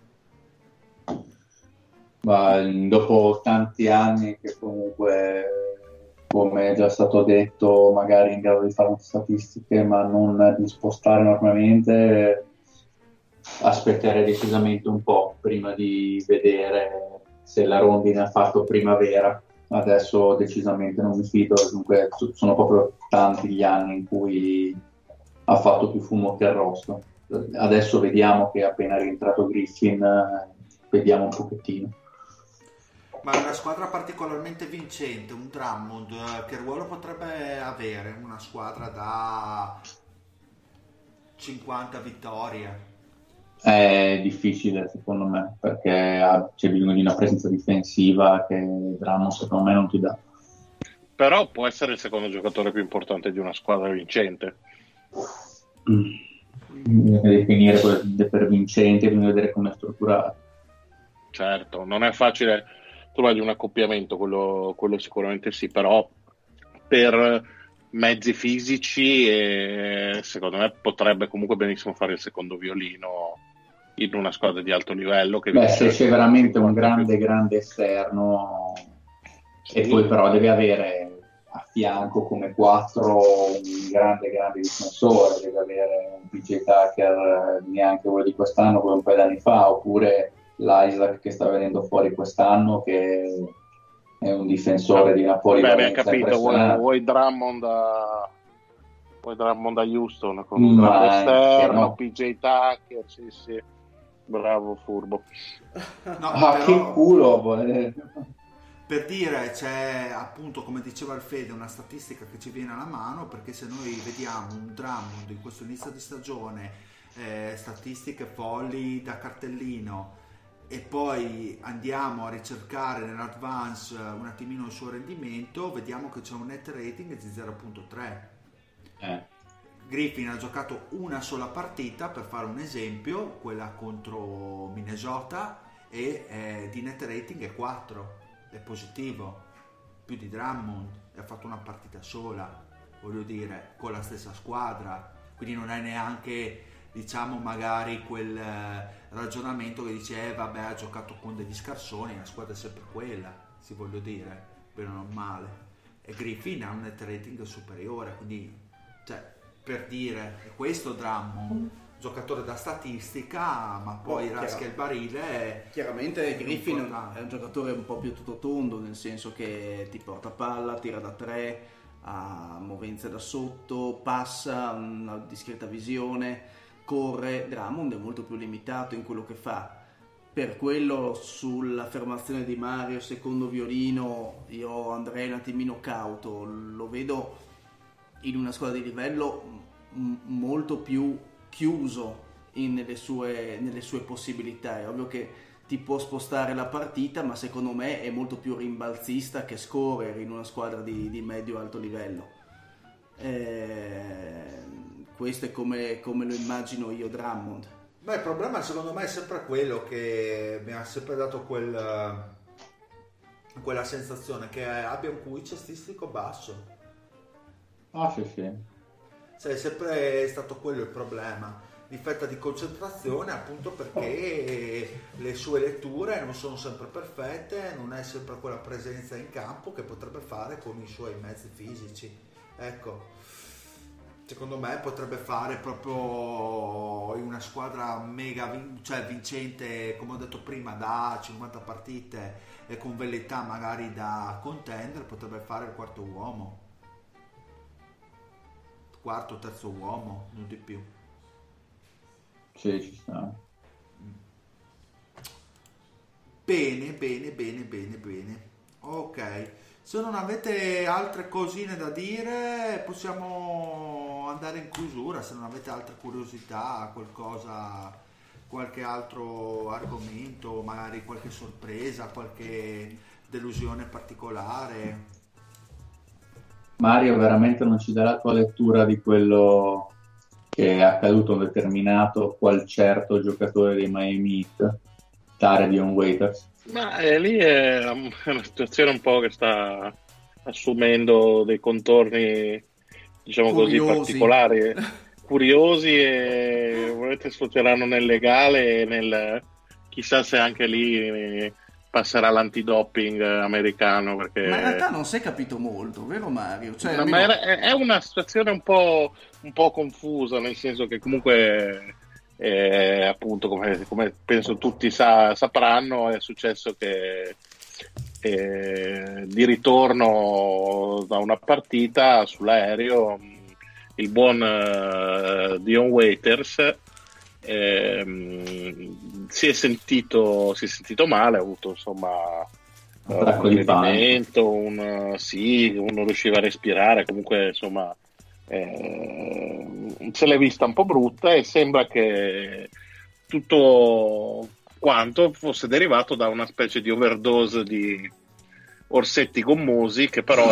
Ma dopo tanti anni che comunque, come è già stato detto, magari in grado di fare statistiche ma non di spostare enormemente, aspetterei decisamente un po' prima di vedere se la rondine ha fatto primavera. Adesso decisamente non mi fido, dunque sono proprio tanti gli anni in cui ha fatto più fumo che arrosto. Adesso vediamo che è appena rientrato Griffin, vediamo un pochettino. Ma è una squadra particolarmente vincente, un Drummond, che ruolo potrebbe avere una squadra da 50 vittorie? È difficile secondo me, perché c'è bisogno di una presenza difensiva che Drummond secondo me non ti dà. Però può essere il secondo giocatore più importante di una squadra vincente. Bisogna definire per vincente, bisogna vedere come è strutturato. Certo, non è facile trovare un accoppiamento, quello sicuramente sì, però per mezzi fisici secondo me potrebbe comunque benissimo fare il secondo violino in una squadra di alto livello. Se c'è veramente un grande esterno, sì. E poi però deve avere a fianco come 4 un grande difensore, deve avere un PJ Tucker neanche quello di quest'anno, come un paio d'anni fa, oppure l'Isaac che sta venendo fuori quest'anno, che è un difensore di una polivalenza impressionante. Vuoi Drummond a Houston con un grande esterno, no. PJ Tucker, sì, bravo furbo. No, però, che culo! Per dire, c'è appunto, come diceva il Fede, una statistica che ci viene alla mano, perché se noi vediamo un Drummond in questo inizio di stagione, statistiche folli da cartellino, e poi andiamo a ricercare nell'advance un attimino il suo rendimento, vediamo che c'è un net rating di 0.3. Griffin ha giocato una sola partita, per fare un esempio, quella contro Minnesota, e di net rating è 4, è positivo, più di Drummond, e ha fatto una partita sola, voglio dire, con la stessa squadra, quindi non è neanche, diciamo, magari quel ragionamento che dice vabbè, ha giocato con degli scarsoni, la squadra è sempre quella, si voglio dire, bene o non male, e Griffin ha un net rating superiore, quindi, cioè, per dire, è questo Drummond, giocatore da statistica, ma poi rasca il barile. Chiaramente Griffin è un giocatore un po' più tutto tondo, nel senso che ti porta palla, tira da 3, ha movenze da sotto, passa, una discreta visione, corre. Drummond è molto più limitato in quello che fa. Per quello, sull'affermazione di Mario secondo violino, io andrei un attimino cauto. Lo vedo in una squadra di livello molto più chiuso nelle sue possibilità. È ovvio che ti può spostare la partita, ma secondo me è molto più rimbalzista che scorer in una squadra di medio-alto livello. Questo è come lo immagino io Drummond. Beh, il problema secondo me è sempre quello che mi ha sempre dato quella sensazione che abbia un QI cestistico basso. Ah, sì. Cioè, è sempre stato quello il problema. Difetta di concentrazione, appunto perché le sue letture non sono sempre perfette, non è sempre quella presenza in campo che potrebbe fare con i suoi mezzi fisici. Ecco, secondo me potrebbe fare proprio in una squadra mega vincente, come ho detto prima, da 50 partite e con velleità magari da contender, potrebbe fare il quarto terzo uomo, non di più. Sì, ci sta. Bene. Ok, se non avete altre cosine da dire possiamo andare in chiusura, se non avete altre curiosità, qualche altro argomento, magari qualche sorpresa, qualche delusione particolare. Mario, veramente non ci dà la tua lettura di quello che è accaduto a un determinato qual certo giocatore dei Miami Heat, Dion Waiters? Ma lì è una situazione un po' che sta assumendo dei contorni, diciamo così, particolari, curiosi, e volete sfotteranno nel legale e nel chissà se anche lì passerà l'antidoping americano, perché ma in realtà non si è capito molto, vero Mario? Cioè, no, ma è una situazione un po' confusa, nel senso che comunque appunto come penso tutti sapranno, è successo che di ritorno da una partita sull'aereo il buon Dion Waiters si è sentito male, ha avuto insomma un rapimento, uno riusciva a respirare, comunque insomma se l'è vista un po' brutta, e sembra che tutto quanto fosse derivato da una specie di overdose di orsetti gommosi, che però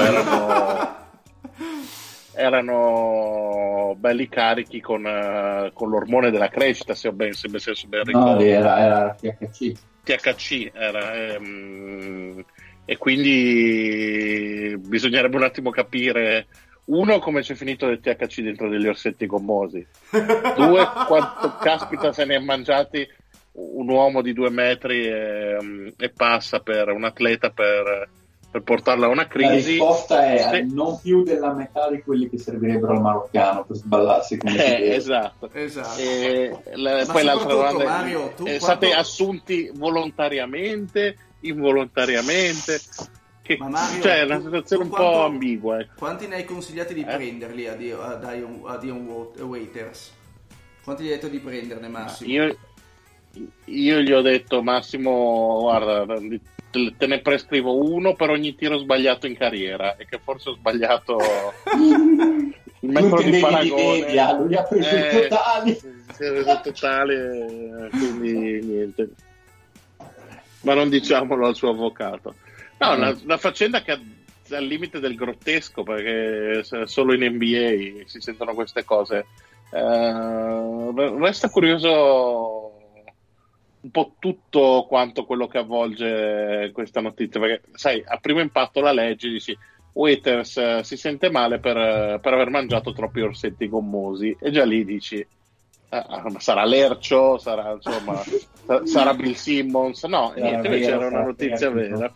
erano belli carichi con l'ormone della crescita, se ben ricordo. No, era THC era, e quindi bisognerebbe un attimo capire, uno, come c'è finito il THC dentro degli orsetti gommosi, due, quanto caspita se ne è mangiati un uomo di 2 metri e passa per un atleta per portarla a una crisi. La risposta è non più della metà di quelli che servirebbero al maroccano per sballarsi come esatto. Poi l'altra domanda, Mario, state assunti volontariamente, involontariamente, ma Mario, cioè è una situazione un po' ambigua. Quanti ne hai consigliati di prenderli a Dion Waiters? Quanti gli hai detto di prenderne, Massimo? Io gli ho detto, Massimo, guarda, te ne prescrivo uno per ogni tiro sbagliato in carriera, e che forse ho sbagliato il metro di paragone. Lui ha preso i totali. Si è reso totale, quindi niente. Ma non diciamolo al suo avvocato. No, una faccenda che è al limite del grottesco, perché solo in NBA si sentono queste cose. Resta curioso un po' tutto quanto quello che avvolge questa notizia, perché sai, a primo impatto la leggi, dici Waiters si sente male per aver mangiato troppi orsetti gommosi, e già lì dici sarà Lercio, sarà Bill Simmons, no, niente, invece era una notizia vera.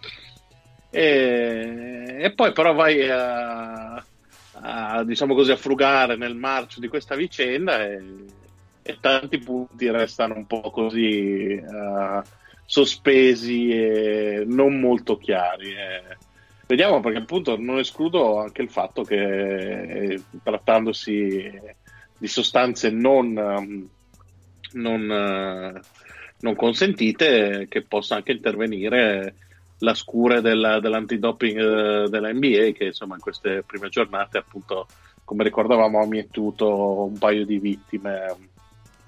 E poi però vai a diciamo così, a frugare nel marcio di questa vicenda, e tanti punti restano un po' così sospesi e non molto chiari. Vediamo, perché appunto non escludo anche il fatto che, trattandosi di sostanze non consentite, che possa anche intervenire la scure dell'antidoping della NBA, che insomma in queste prime giornate, appunto, come ricordavamo, ha mietuto un paio di vittime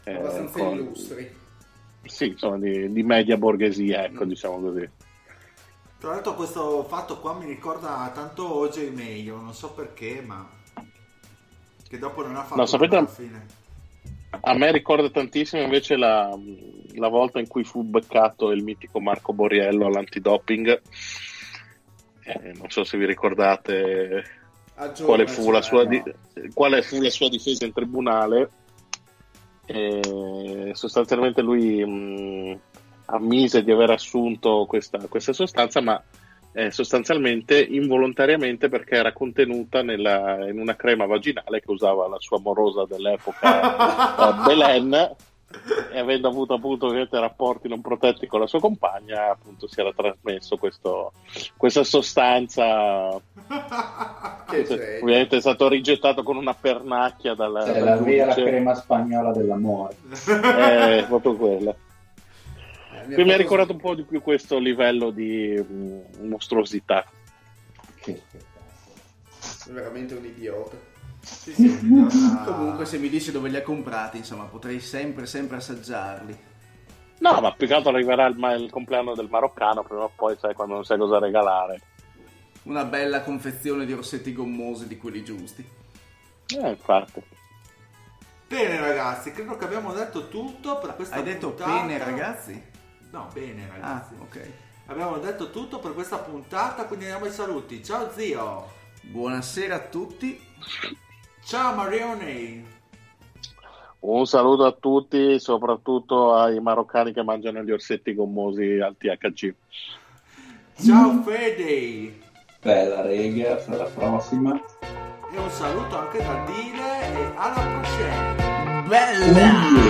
abbastanza illustri. Sì, insomma, di media borghesia, ecco, diciamo così. Tra l'altro questo fatto qua mi ricorda tanto O.J. Mayo, non so perché, ma che dopo non ha fatto alla fine. A me ricorda tantissimo invece la volta in cui fu beccato il mitico Marco Borriello all'antidoping. Non so se vi ricordate quale fu la sua difesa in tribunale. Sostanzialmente lui ammise di aver assunto questa sostanza, ma sostanzialmente involontariamente, perché era contenuta in una crema vaginale che usava la sua amorosa dell'epoca Belen, e avendo avuto appunto ovviamente rapporti non protetti con la sua compagna, appunto si era trasmesso questa sostanza che ovviamente è stato rigettato con una pernacchia dal la vera crema spagnola dell'amore. Proprio quella. Mi ha ricordato un po' di più questo livello di mostruosità. È veramente un idiota. Sì, Comunque se mi dici dove li ha comprati, insomma, potrei sempre assaggiarli. No, ma più che altro arriverà il compleanno del maroccano, prima o poi, sai, quando non sai cosa regalare. Una bella confezione di rossetti gommosi di quelli giusti. Infatti. Bene ragazzi, credo che abbiamo detto tutto per questa puntata. Hai detto bene ragazzi? No, bene ragazzi. Ok. Abbiamo detto tutto per questa puntata, quindi andiamo ai saluti. Ciao zio. Buonasera a tutti. Ciao Marione. Un saluto a tutti, soprattutto ai maroccani che mangiano gli orsetti gommosi al THC. Ciao Fede. Bella rega, alla prossima. E un saluto anche da Dile e alla prossima. Bella!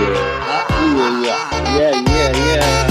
Yeah.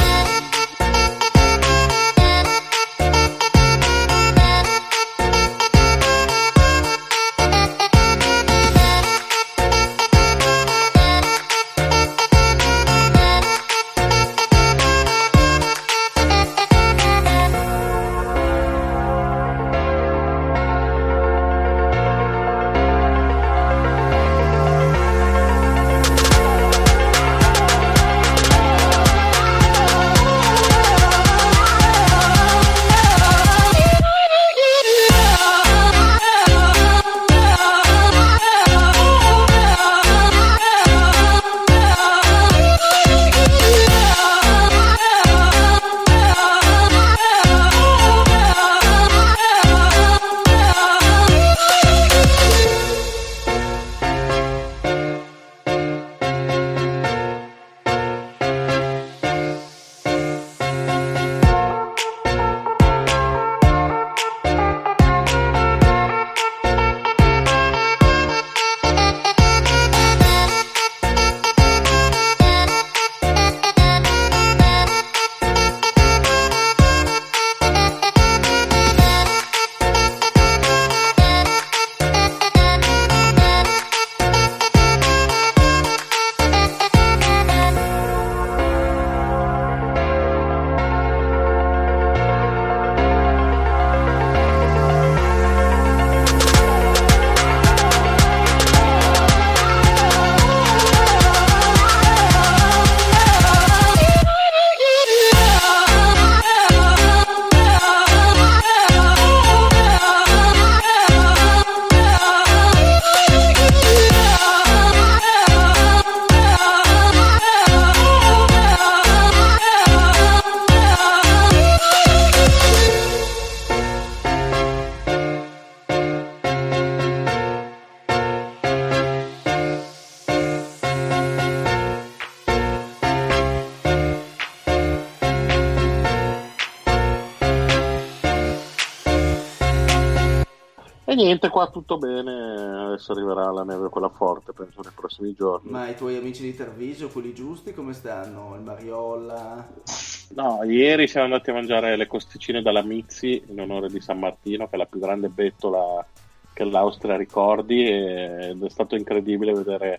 Niente, qua tutto bene, adesso arriverà la neve quella forte, penso nei prossimi giorni. Ma i tuoi amici di Treviso, quelli giusti, come stanno? Il Mariolla? No, ieri siamo andati a mangiare le costicine dalla Mizzi in onore di San Martino, che è la più grande bettola che l'Austria ricordi, ed è stato incredibile vedere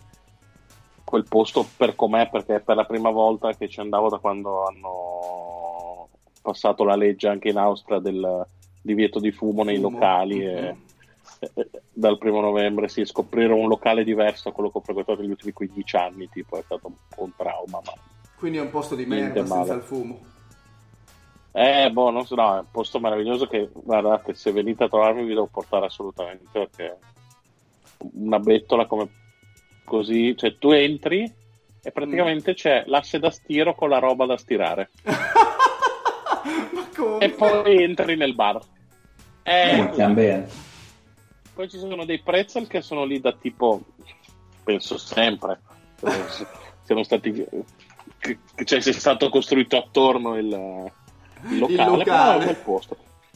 quel posto per com'è, perché è per la prima volta che ci andavo da quando hanno passato la legge anche in Austria del divieto di fumo nei locali, Dal 1 novembre, sì, scoprire un locale diverso da quello che ho frequentato negli ultimi 15 anni, tipo, è stato un po' un trauma, ma Quindi è un posto di niente merda senza male. il fumo. Non so, no, è un posto meraviglioso che, guardate, se venite a trovarmi vi devo portare assolutamente, perché una bettola come così, cioè tu entri e praticamente c'è l'asse da stiro con la roba da stirare Ma come? e poi entri nel bar. Stiamo bene. Poi ci sono dei pretzel che sono lì da tipo, penso sempre, siano stati, cioè sia stato costruito attorno il locale, però è un bel posto.